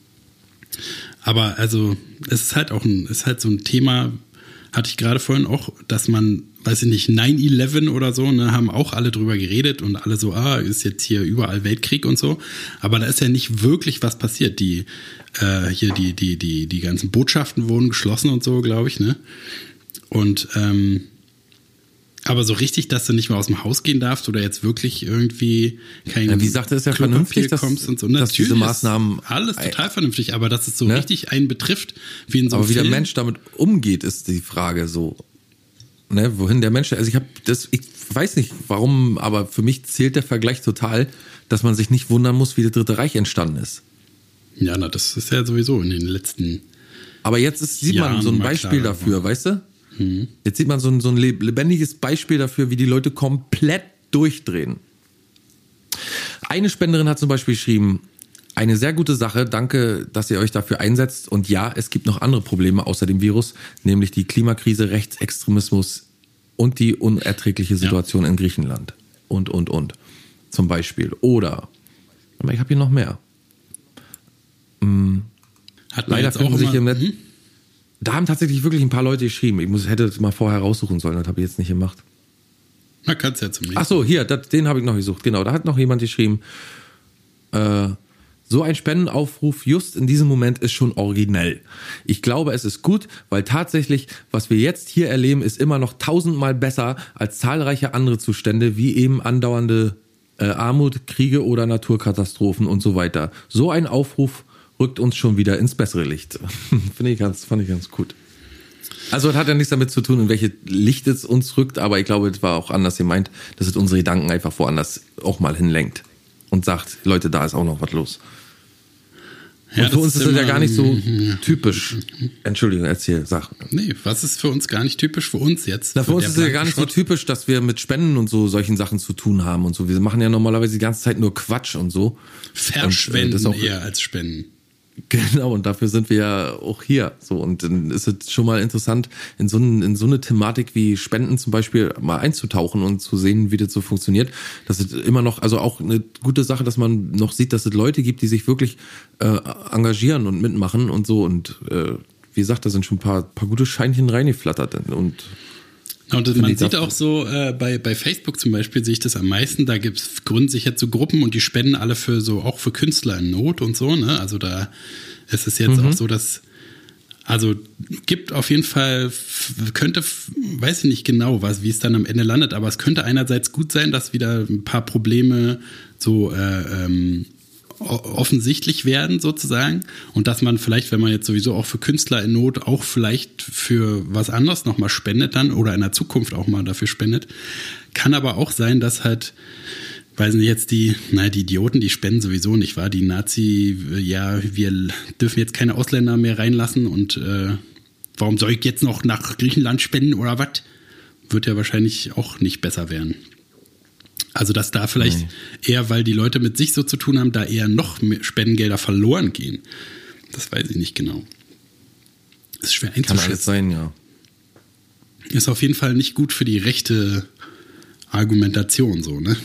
Aber also es ist halt auch ein, ist halt so ein Thema, hatte ich gerade vorhin auch, dass man, weiß ich nicht, nine eleven oder so, ne, haben auch alle drüber geredet und alle so, ah, ist jetzt hier überall Weltkrieg und so. Aber da ist ja nicht wirklich was passiert. Die, äh, hier die, die, die, die ganzen Botschaften wurden geschlossen und so, glaube ich, ne? Und, ähm, aber so richtig, dass du nicht mehr aus dem Haus gehen darfst oder jetzt wirklich irgendwie kein Ja, wie gesagt, ist ja Klopapier vernünftig, dass- kommst und so. dass Natürlich diese ist Maßnahmen- alles total vernünftig, aber dass es so Ne? richtig einen betrifft, wie in so einem Aber wie der Film. Mensch damit umgeht, ist die Frage so. Ne, wohin der Mensch, also ich habe das, ich weiß nicht warum, aber für mich zählt der Vergleich total, dass man sich nicht wundern muss, wie das Dritte Reich entstanden ist. Ja, na, das ist ja sowieso in den letzten Aber jetzt ist, sieht Jahren man so ein mal Beispiel klarer dafür, geworden. weißt du? Hm. Jetzt sieht man so ein, so ein lebendiges Beispiel dafür, wie die Leute komplett durchdrehen. Eine Spenderin hat zum Beispiel geschrieben, eine sehr gute Sache, danke, dass ihr euch dafür einsetzt. Und ja, es gibt noch andere Probleme außer dem Virus, nämlich die Klimakrise, Rechtsextremismus und die unerträgliche Situation ja. in Griechenland. Und, und, und. Zum Beispiel. Oder, aber ich habe hier noch mehr. Hm. Hat man Leider jetzt auch finden sich immer, im Netz... hm? Da haben tatsächlich wirklich ein paar Leute geschrieben. Ich muss, hätte es mal vorher raussuchen sollen, das habe ich jetzt nicht gemacht. Na, kannst ja zum nächsten. Ach so, hier, das, den habe ich noch gesucht. Genau, da hat noch jemand geschrieben, äh, so ein Spendenaufruf just in diesem Moment ist schon originell. Ich glaube, es ist gut, weil tatsächlich, was wir jetzt hier erleben, ist immer noch tausendmal besser als zahlreiche andere Zustände, wie eben andauernde äh, Armut, Kriege oder Naturkatastrophen und so weiter. So ein Aufruf rückt uns schon wieder ins bessere Licht. Finde ich ganz, fand ich ganz gut. Also es hat ja nichts damit zu tun, in welche Licht es uns rückt, aber ich glaube, es war auch anders gemeint, dass es unsere Gedanken einfach woanders auch mal hinlenkt und sagt, Leute, da ist auch noch was los. Ja, und für uns ist das ja gar nicht so ja. typisch. Entschuldigung, erzähl, sag. Nee, was ist für uns gar nicht typisch für uns jetzt? Na, für uns Der ist es ja gar nicht so Schrott? typisch, dass wir mit Spenden und so solchen Sachen zu tun haben und so. Wir machen ja normalerweise die ganze Zeit nur Quatsch und so. Verschwenden und, äh, das auch, eher als spenden. Genau, und dafür sind wir ja auch hier. So, und dann ist es schon mal interessant, in so, ein, in so eine Thematik wie Spenden zum Beispiel mal einzutauchen und zu sehen, wie das so funktioniert. Das ist immer noch, also auch eine gute Sache, dass man noch sieht, dass es Leute gibt, die sich wirklich äh, engagieren und mitmachen und so. Und äh, wie gesagt, da sind schon ein paar, paar gute Scheinchen reingeflattert. Und Und man sieht auch so, äh, bei, bei Facebook zum Beispiel sehe ich das am meisten, da gibt's gründen sich jetzt so Gruppen und die spenden alle für so, auch für Künstler in Not und so, ne? Also da ist es jetzt mhm. auch so, dass, also gibt auf jeden Fall, könnte, weiß ich nicht genau, was, wie es dann am Ende landet, aber es könnte einerseits gut sein, dass wieder ein paar Probleme so, äh, ähm, offensichtlich werden sozusagen und dass man vielleicht, wenn man jetzt sowieso auch für Künstler in Not auch vielleicht für was anderes nochmal spendet dann oder in der Zukunft auch mal dafür spendet, kann aber auch sein, dass halt, weiß nicht, jetzt die, naja, die Idioten, die spenden sowieso nicht, wahr? Die Nazi, ja, wir dürfen jetzt keine Ausländer mehr reinlassen und äh, warum soll ich jetzt noch nach Griechenland spenden oder was? Wird ja wahrscheinlich auch nicht besser werden. Also, dass da vielleicht nee. eher, weil die Leute mit sich so zu tun haben, da eher noch mehr Spendengelder verloren gehen. Das weiß ich nicht genau. Das ist schwer einzuschätzen. Kann alles sein, ja. Ist auf jeden Fall nicht gut für die rechte Argumentation, so, ne?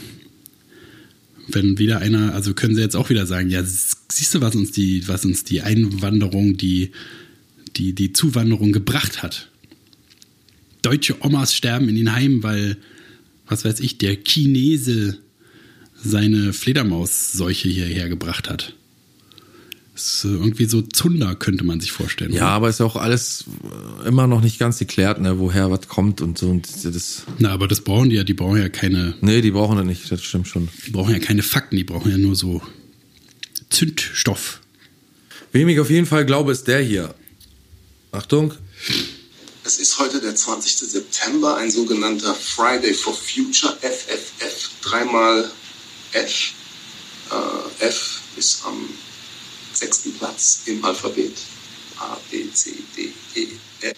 Wenn wieder einer, also können sie jetzt auch wieder sagen, ja, siehst du, was uns die, was uns die Einwanderung, die, die, die Zuwanderung gebracht hat? Deutsche Omas sterben in den Heimen, weil, was weiß ich, der Chinese seine Fledermausseuche hierher gebracht hat. Das ist irgendwie so Zunder, könnte man sich vorstellen. Ja, oder? aber ist ja auch alles immer noch nicht ganz geklärt, ne, woher was kommt und so. Und das Na, aber das brauchen die ja, die brauchen ja keine. Nee, die brauchen das nicht, das stimmt schon. Die brauchen ja keine Fakten, die brauchen ja nur so Zündstoff. Wem ich auf jeden Fall glaube, ist der hier. Achtung. Es ist heute der zwanzigste September, ein sogenannter Friday for Future, F F F, dreimal F. Äh, F ist am sechsten Platz im Alphabet. A, B, C, D, E, F.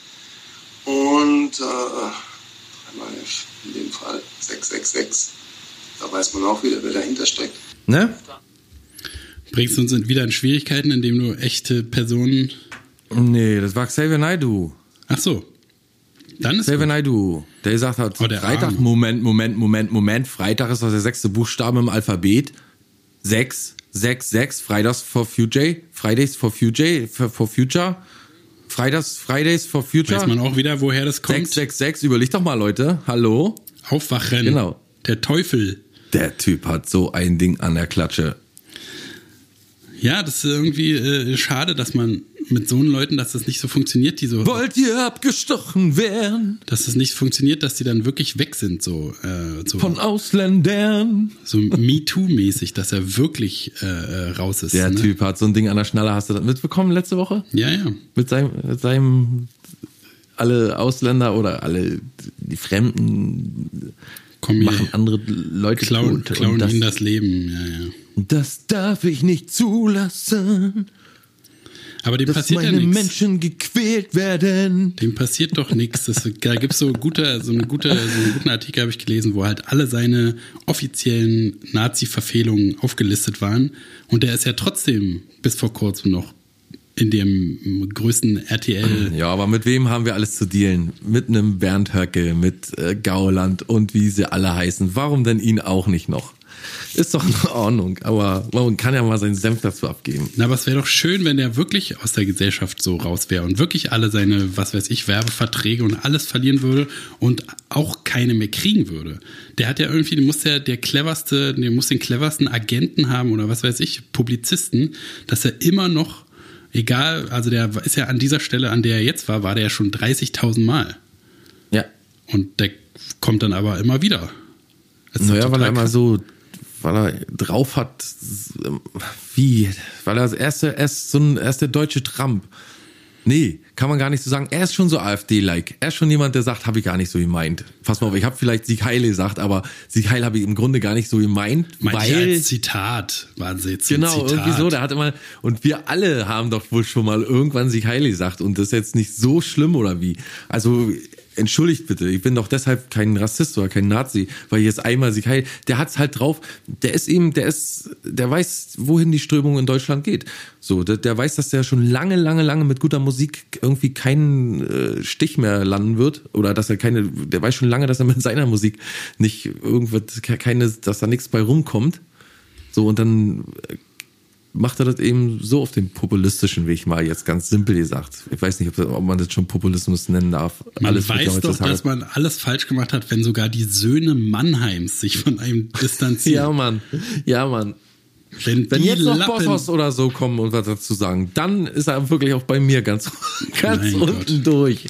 Und äh, dreimal F, in dem Fall sechs sechs sechs. Da weiß man auch wieder, wer dahinter steckt. Ne? Bringst du uns wieder in Schwierigkeiten, indem du echte Personen... Nee, das war Xavier Naidoo. Ach so. Dann ist Xavier Naidoo, der gesagt hat, oh, der Freitag, Arme. Moment, Moment, Moment, Moment, Freitag ist das der sechste Buchstabe im Alphabet. Sechs, sechs, sechs, Fridays for Future, Fridays for Future, for, for Future, Fridays, Fridays for Future. Weiß man auch wieder, woher das kommt. sechs sechs sechs, überleg doch mal, Leute, hallo? Aufwachen. Genau. Der Teufel. Der Typ hat so ein Ding an der Klatsche. Ja, das ist irgendwie äh, schade, dass man mit so Leuten, dass das nicht so funktioniert, die so... Wollt ihr abgestochen werden? Dass das nicht funktioniert, dass die dann wirklich weg sind, so... Äh, so Von Ausländern. So MeToo-mäßig, dass er wirklich äh, raus ist. Der ne? Typ hat so ein Ding an der Schnalle. Hast du das mitbekommen letzte Woche? Ja, ja. Mit seinem, mit seinem alle Ausländer oder alle die Fremden Komm, machen andere Leute klauen, tot. klauen Und das, ihnen das Leben. Ja, ja. das darf ich nicht zulassen. Aber dem dass passiert meine ja nichts. Menschen gequält werden. Dem passiert doch nichts. Da gibt es so, gute, so, eine gute, so einen guten Artikel, habe ich gelesen, wo halt alle seine offiziellen Nazi-Verfehlungen aufgelistet waren. Und der ist ja trotzdem bis vor kurzem noch in dem größten R T L. Ja, aber mit wem haben wir alles zu dealen? Mit einem Bernd Höcke, mit äh, Gauland und wie sie alle heißen. Warum denn ihn auch nicht noch? Ist doch in Ordnung, aber man kann ja mal seinen Senf dazu abgeben. Na, aber es wäre doch schön, wenn der wirklich aus der Gesellschaft so raus wäre und wirklich alle seine, was weiß ich, Werbeverträge und alles verlieren würde und auch keine mehr kriegen würde. Der hat ja irgendwie, der muss ja der cleverste, der muss den cleversten Agenten haben oder was weiß ich, Publizisten, dass er immer noch, egal, also der ist ja an dieser Stelle, an der er jetzt war, war der ja schon dreißigtausend Mal. Ja. Und der kommt dann aber immer wieder. Naja, weil er immer so, weil er drauf hat, wie, weil er er ist, er ist so ein, er ist der deutsche Trump. Nee, kann man gar nicht so sagen. Er ist schon so AfD-like. Er ist schon jemand, der sagt, habe ich gar nicht so gemeint. Pass mal auf, ich habe vielleicht Sieg Heil gesagt, aber Sieg Heil habe ich im Grunde gar nicht so gemeint, Meint weil... als Zitat, waren sie jetzt Genau, Zitat. irgendwie so, der hat immer, und wir alle haben doch wohl schon mal irgendwann Sieg Heil gesagt und das ist jetzt nicht so schlimm oder wie. Also, entschuldigt bitte, ich bin doch deshalb kein Rassist oder kein Nazi, weil jetzt einmal Sieg Heil, der hat's halt drauf, der ist eben, der ist, der weiß, wohin die Strömung in Deutschland geht. So, der, der weiß, dass der schon lange, lange, lange mit guter Musik irgendwie keinen äh, Stich mehr landen wird oder dass er keine, der weiß schon lange, dass er mit seiner Musik nicht irgendwas, keine, dass da nichts bei rumkommt. So, und dann macht er das eben so auf den populistischen Weg, mal jetzt ganz simpel gesagt. Ich weiß nicht, ob, das, ob man das schon Populismus nennen darf. Man alles weiß doch, dass man alles falsch gemacht hat, wenn sogar die Söhne Mannheims sich von einem distanzieren. Ja, Mann. Ja, Mann. Wenn, wenn jetzt noch Lappen, Bosshaus oder so kommen und was dazu sagen, dann ist er wirklich auch bei mir ganz, ganz Mein unten Gott. durch.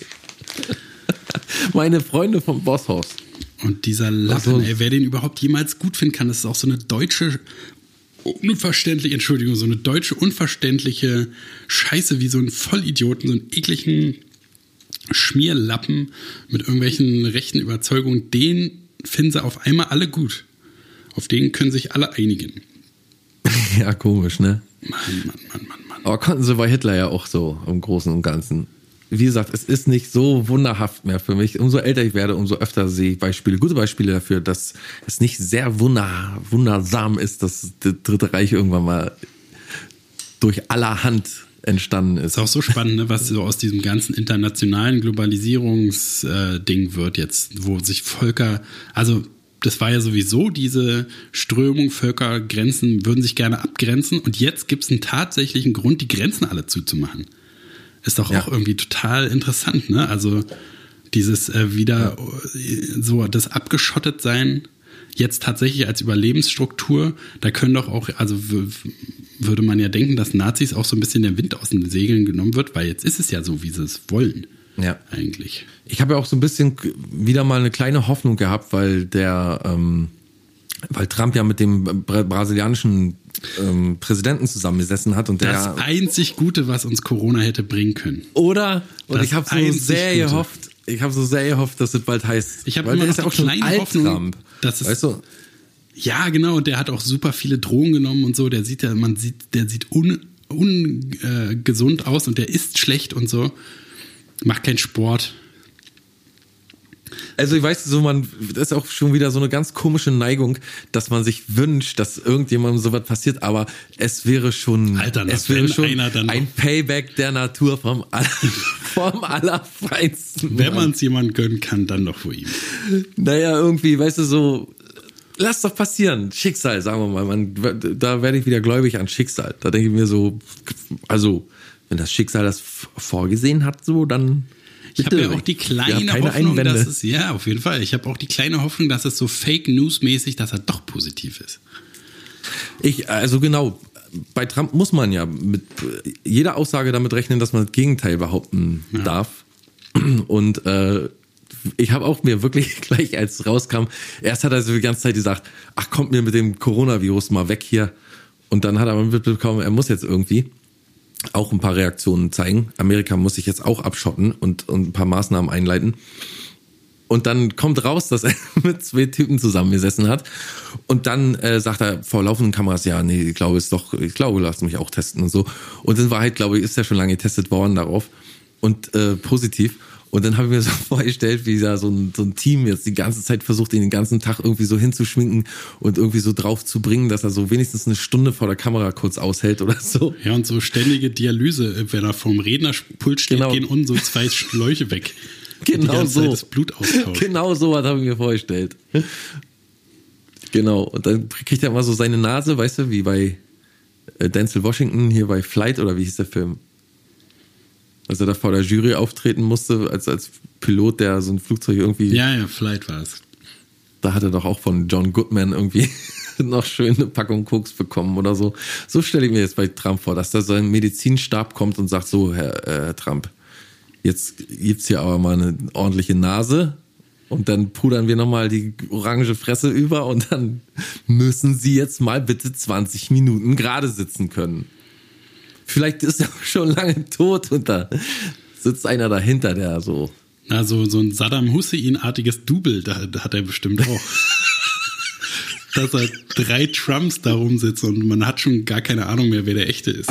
Meine Freunde vom Bosshaus. Und dieser Lappen, Also, ey, wer den überhaupt jemals gut finden kann, das ist auch so eine deutsche, unverständliche, Entschuldigung, so eine deutsche, unverständliche Scheiße, wie so ein Vollidioten, so einen ekligen Schmierlappen mit irgendwelchen rechten Überzeugungen, den finden sie auf einmal alle gut. Auf den können sich alle einigen. Ja, komisch, ne? Mann, Mann, Mann, Mann, Mann. Aber konnten sie bei Hitler ja auch so im Großen und Ganzen. Wie gesagt, es ist nicht so wunderhaft mehr für mich. Umso älter ich werde, umso öfter sehe ich Beispiele, gute Beispiele dafür, dass es nicht sehr wunder, wundersam ist, dass das Dritte Reich irgendwann mal durch allerhand entstanden ist. Ist auch so spannend, ne, was so aus diesem ganzen internationalen Globalisierungsding wird jetzt, wo sich Völker, also das war ja sowieso diese Strömung, Völkergrenzen würden sich gerne abgrenzen und jetzt gibt es einen tatsächlichen Grund, die Grenzen alle zuzumachen. Ist doch Ja. auch irgendwie total interessant, ne? Also dieses äh, wieder ja. so das Abgeschottetsein jetzt tatsächlich als Überlebensstruktur, da können doch auch, also w- würde man ja denken, dass Nazis auch so ein bisschen der Wind aus den Segeln genommen wird, weil jetzt ist es ja so, wie sie es wollen. Ja. Eigentlich. Ich habe ja auch so ein bisschen wieder mal eine kleine Hoffnung gehabt, weil der, ähm, weil Trump ja mit dem bra- brasilianischen ähm, Präsidenten zusammengesessen hat und der Das einzig Gute, was uns Corona hätte bringen können. oder und Das ich habe so einzig sehr Gute. gehofft, ich habe so sehr gehofft, dass es bald heißt. Ich habe weil immer der noch ist ja die auch schon kleine alt, Hoffnung, Trump. dass es Weißt du? Ja, genau, und der hat auch super viele Drogen genommen und so. Der sieht ja, man sieht, der sieht un, ungesund äh, gesund aus und der isst schlecht und so. Macht keinen Sport. Also ich weiß, so man, das ist auch schon wieder so eine ganz komische Neigung, dass man sich wünscht, dass irgendjemandem sowas passiert, aber es wäre schon, Alter, na, es wäre wenn schon einer dann ein noch- Payback der Natur vom, aller, vom Allerfeinsten. Wenn man es jemandem gönnen kann, dann doch vor ihm. Naja, irgendwie, weißt du, so, lass doch passieren. Schicksal, sagen wir mal. Man, da werde ich wieder gläubig an Schicksal. Da denke ich mir so, also, wenn das Schicksal das v- vorgesehen hat, so, dann. Ich habe ja bitte. auch die Wir kleine haben keine Hoffnung, Einwände. dass es, ja, auf jeden Fall. Ich habe auch die kleine Hoffnung, dass es so Fake News-mäßig, dass er doch positiv ist. Ich, also genau, bei Trump muss man ja mit jeder Aussage damit rechnen, dass man das Gegenteil behaupten Ja. darf. Und äh, ich habe auch mir wirklich gleich, als es rauskam, erst hat er so die ganze Zeit gesagt, ach, kommt mir mit dem Coronavirus mal weg hier. Und dann hat er mitbekommen, er muss jetzt irgendwie auch ein paar Reaktionen zeigen. Amerika muss sich jetzt auch abschotten und, und ein paar Maßnahmen einleiten. Und dann kommt raus, dass er mit zwei Typen zusammengesessen hat. Und dann äh, sagt er vor laufenden Kameras, ja, nee, ich glaube, ist doch, ich glaube, lass mich auch testen und so. Und in Wahrheit, glaube ich, ist er schon lange getestet worden darauf. Und äh, positiv. Und dann habe ich mir so vorgestellt, wie da so ein, so ein Team jetzt die ganze Zeit versucht, ihn den ganzen Tag irgendwie so hinzuschminken und irgendwie so drauf zu bringen, dass er so wenigstens eine Stunde vor der Kamera kurz aushält oder so. Ja, und so ständige Dialyse, wenn er vorm Rednerpult steht, genau. Gehen unten so zwei Schläuche weg. Genau so. Das Blut austauscht. Genau so was habe ich mir vorgestellt. Genau. Und dann kriegt er mal so seine Nase, weißt du, wie bei Denzel Washington hier bei Flight, oder wie hieß der Film? Als er da vor der Jury auftreten musste, als, als Pilot, der so ein Flugzeug irgendwie... Ja, ja, Flight war es. Da hat er doch auch von John Goodman irgendwie noch schön eine Packung Koks bekommen oder so. So stelle ich mir jetzt bei Trump vor, dass da so ein Medizinstab kommt und sagt, so, Herr äh, Trump, jetzt gibt's hier aber mal eine ordentliche Nase und dann pudern wir nochmal die orange Fresse über und dann müssen Sie jetzt mal bitte zwanzig Minuten gerade sitzen können. Vielleicht ist er schon lange tot und da sitzt einer dahinter, der so... Also so ein Saddam Hussein-artiges Double, da hat er bestimmt auch. Dass er drei Trumps da rumsitzen und man hat schon gar keine Ahnung mehr, wer der echte ist.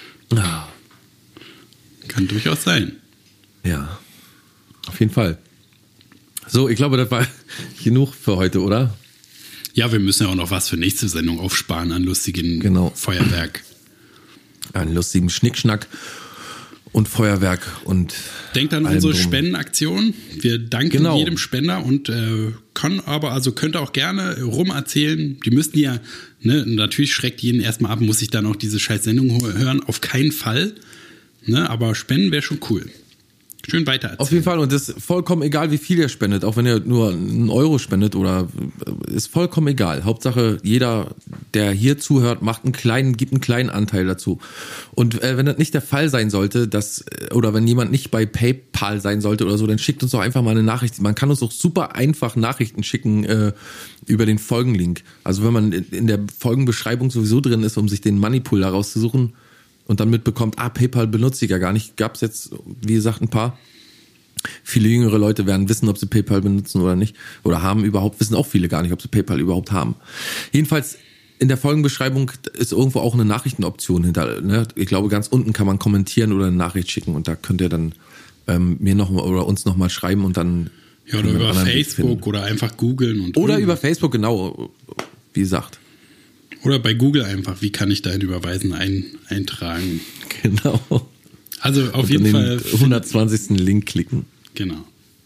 Kann durchaus sein. Ja, auf jeden Fall. So, ich glaube, das war genug für heute, oder? Ja, wir müssen ja auch noch was für nächste Sendung aufsparen an lustigen genau. Feuerwerk. An lustigen Schnickschnack und Feuerwerk und denkt an unsere drum. Spendenaktion. Wir danken genau. jedem Spender und äh, kann aber, also könnt ihr auch gerne rumerzählen. Die müssten ja, ne, natürlich schreckt jeden erstmal ab, muss ich dann auch diese scheiß Sendung hören. Auf keinen Fall. Ne, aber spenden wäre schon cool. Schön weiter erzählen. Auf jeden Fall, und das ist vollkommen egal, wie viel ihr spendet, auch wenn ihr nur einen Euro spendet oder ist vollkommen egal. Hauptsache, jeder, der hier zuhört, macht einen kleinen, gibt einen kleinen Anteil dazu. Und äh, wenn das nicht der Fall sein sollte, dass, oder wenn jemand nicht bei PayPal sein sollte oder so, dann schickt uns doch einfach mal eine Nachricht. Man kann uns auch super einfach Nachrichten schicken äh, über den Folgenlink. Also wenn man in der Folgenbeschreibung sowieso drin ist, um sich den Moneypool da rauszusuchen, und dann mitbekommt, ah, PayPal benutze ich ja gar nicht. Gab es jetzt, wie gesagt, ein paar. Viele jüngere Leute werden wissen, ob sie PayPal benutzen oder nicht. Oder haben überhaupt, wissen auch viele gar nicht, ob sie PayPal überhaupt haben. Jedenfalls, in der Folgenbeschreibung ist irgendwo auch eine Nachrichtenoption hinter. Ne? Ich glaube, ganz unten kann man kommentieren oder eine Nachricht schicken. Und da könnt ihr dann ähm, mir noch mal oder uns nochmal schreiben und dann... Ja, oder über Facebook oder einfach googeln. und Oder über Facebook, genau, wie gesagt. Oder bei Google einfach, wie kann ich dein Überweisen ein, eintragen? Genau. Also auf und jeden den Fall. hundertzwanzigsten Link klicken. Genau.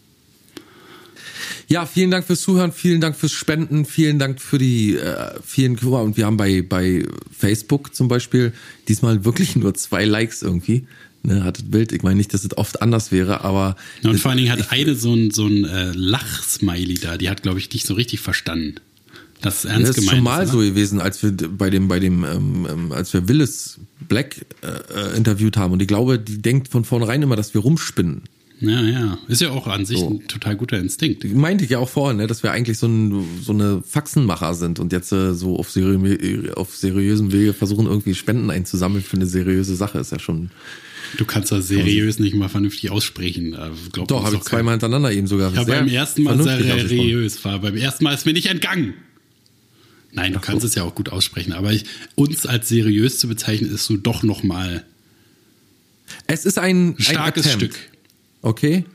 Ja, vielen Dank fürs Zuhören, vielen Dank fürs Spenden, vielen Dank für die äh, vielen, und wir haben bei, bei Facebook zum Beispiel diesmal wirklich nur zwei Likes irgendwie. Ne, hat das Bild, ich meine nicht, dass es oft anders wäre, aber... Ja, und vor allen Dingen hat eine so ein, so ein äh, Lach-Smiley da, die hat, glaube ich, nicht so richtig verstanden. Das ist ernst das ist gemeint. schon mal ist, so gewesen, als wir bei dem, bei dem, ähm, als wir Willis Black äh, interviewt haben. Und ich glaube, die denkt von vornherein immer, dass wir rumspinnen. Ja, ja. Ist ja auch an sich so. Ein total guter Instinkt. Meinte ich ja auch vorhin, ne, dass wir eigentlich so, ein, so eine Faxenmacher sind und jetzt äh, so auf, seriö- auf seriösem Wege versuchen, irgendwie Spenden einzusammeln für eine seriöse Sache. Ist ja schon... Du kannst das seriös nicht mal vernünftig aussprechen. Glaub, doch, habe ich zweimal hintereinander eben sogar. Ja, beim ersten Mal seriös war. Beim ersten Mal ist mir nicht entgangen. Nein, du Ach kannst so. es ja auch gut aussprechen, aber ich, uns als seriös zu bezeichnen, ist so doch nochmal es ist ein starkes ein Stück. Okay.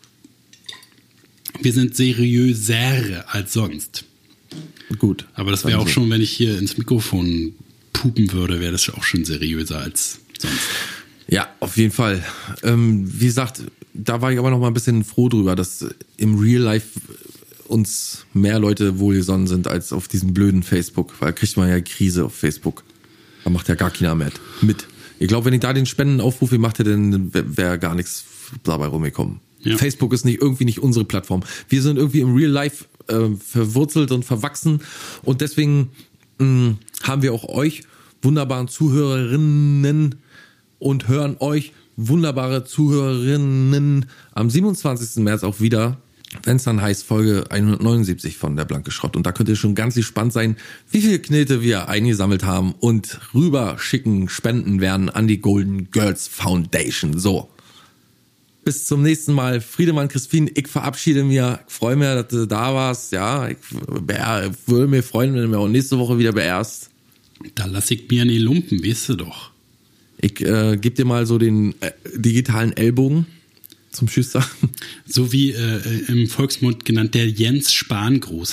Wir sind seriöser als sonst. Gut. Aber das wäre auch so. schon, wenn ich hier ins Mikrofon pupen würde, wäre das auch schon seriöser als sonst. Ja, auf jeden Fall. Ähm, wie gesagt, da war ich aber noch mal ein bisschen froh drüber, dass im Real Life uns mehr Leute wohlgesonnen sind als auf diesem blöden Facebook, weil da kriegt man ja Krise auf Facebook. Da macht ja gar keiner mit. mit. Ich glaube, wenn ich da den Spendenaufruf gemacht hätte, dann wäre wär gar nichts dabei rumgekommen. Ja. Facebook ist nicht irgendwie nicht unsere Plattform. Wir sind irgendwie im Real Life äh, verwurzelt und verwachsen und deswegen mh, haben wir auch euch wunderbaren Zuhörerinnen und hören euch wunderbare Zuhörerinnen am siebenundzwanzigsten März auch wieder, wenn es dann heißt Folge hundertneunundsiebzig von der Blanke Schrott. Und da könnt ihr schon ganz gespannt sein, wie viele Knete wir eingesammelt haben und rüber schicken, spenden werden an die Golden Girls Foundation. So. Bis zum nächsten Mal. Friedemann, Crispin, ich verabschiede mich. Ich freue mich, dass du da warst. Ja, ich beehr, würde mich freuen, wenn du mir auch nächste Woche wieder beehrst. Da lass ich mir nicht lumpen, weißt du doch. Ich äh, gebe dir mal so den äh, digitalen Ellbogen zum Tschüss sagen. So wie äh, im Volksmund genannt, der Jens Spahn-Gruß.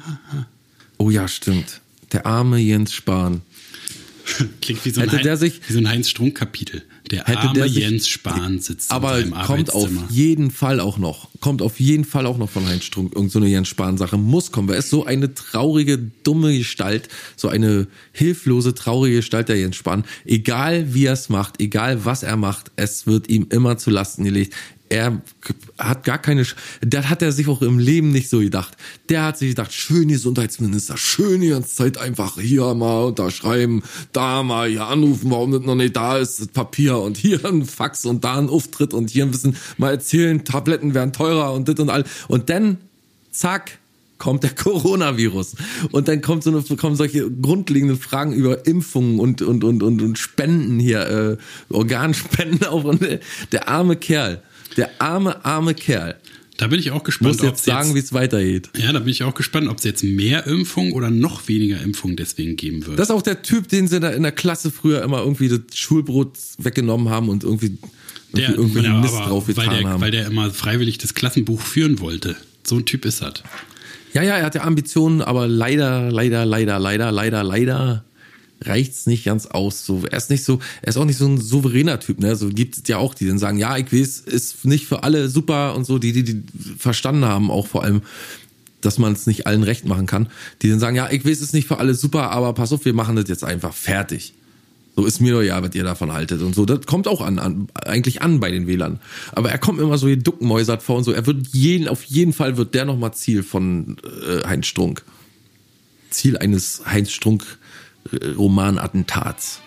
Oh ja, stimmt. Der arme Jens Spahn. Klingt wie so ein, hätte der Heinz, sich, wie so ein Heinz-Strunk-Kapitel. Der hätte arme der sich, Jens Spahn sitzt aber in seinem kommt auf Arbeitszimmer. jeden Fall auch noch. Kommt auf jeden Fall auch noch von Heinz Strunk. Irgend so eine Jens Spahn-Sache muss kommen. Er ist so eine traurige, dumme Gestalt. So eine hilflose, traurige Gestalt, der Jens Spahn. Egal wie er es macht, egal was er macht, es wird ihm immer zu Lasten gelegt. Er hat gar keine, das hat er sich auch im Leben nicht so gedacht. Der hat sich gedacht, schön Gesundheitsminister, schön die ganze Zeit einfach hier mal unterschreiben, da mal hier anrufen, warum das noch nicht da ist, das Papier und hier ein Fax und da ein Auftritt und hier ein bisschen mal erzählen, Tabletten werden teurer und das und all. Und dann, zack, kommt der Coronavirus. Und dann kommt so eine, kommen solche grundlegenden Fragen über Impfungen und, und, und, und, und Spenden hier, äh, Organspenden auch. Und der arme Kerl. Der arme, arme Kerl. Da bin ich auch gespannt. Muss jetzt sagen, wie es weitergeht. Ja, da bin ich auch gespannt, ob es jetzt mehr Impfung oder noch weniger Impfung deswegen geben wird. Das ist auch der Typ, den sie da in der Klasse früher immer irgendwie das Schulbrot weggenommen haben und irgendwie, der, irgendwie ja, Mist drauf getan weil der, haben. Weil der immer freiwillig das Klassenbuch führen wollte. So ein Typ ist das. Ja, ja, er hat ja Ambitionen, aber leider, leider, leider, leider, leider, leider reicht's nicht ganz aus. So, er ist nicht so, er ist auch nicht so ein souveräner Typ, ne? So gibt es ja auch, die dann sagen, ja, ich weiß, ist nicht für alle super und so, die, die, die verstanden haben, auch vor allem, dass man es nicht allen recht machen kann. Die dann sagen, ja, ich weiß, es ist nicht für alle super, aber pass auf, wir machen das jetzt einfach fertig. So ist mir doch ja, was ihr davon haltet und so. Das kommt auch an, an eigentlich an bei den Wählern. Aber er kommt immer so hier duckmäusert vor und so. Er wird jeden, auf jeden Fall wird der nochmal Ziel von äh, Heinz Strunk. Ziel eines Heinz Strunk Romanattentats.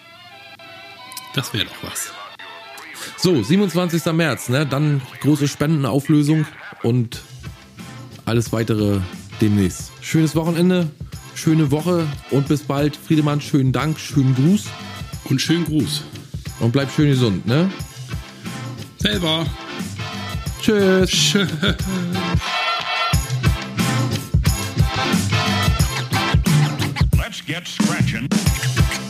Das wäre doch was. So, siebenundzwanzigster März, ne? Dann große Spendenauflösung und alles weitere demnächst. Schönes Wochenende, schöne Woche und bis bald. Friedemann, schönen Dank, schönen Gruß. Und schönen Gruß. Und bleib schön gesund, ne? Selber. Tschüss. Tschüss. Let's get scratching.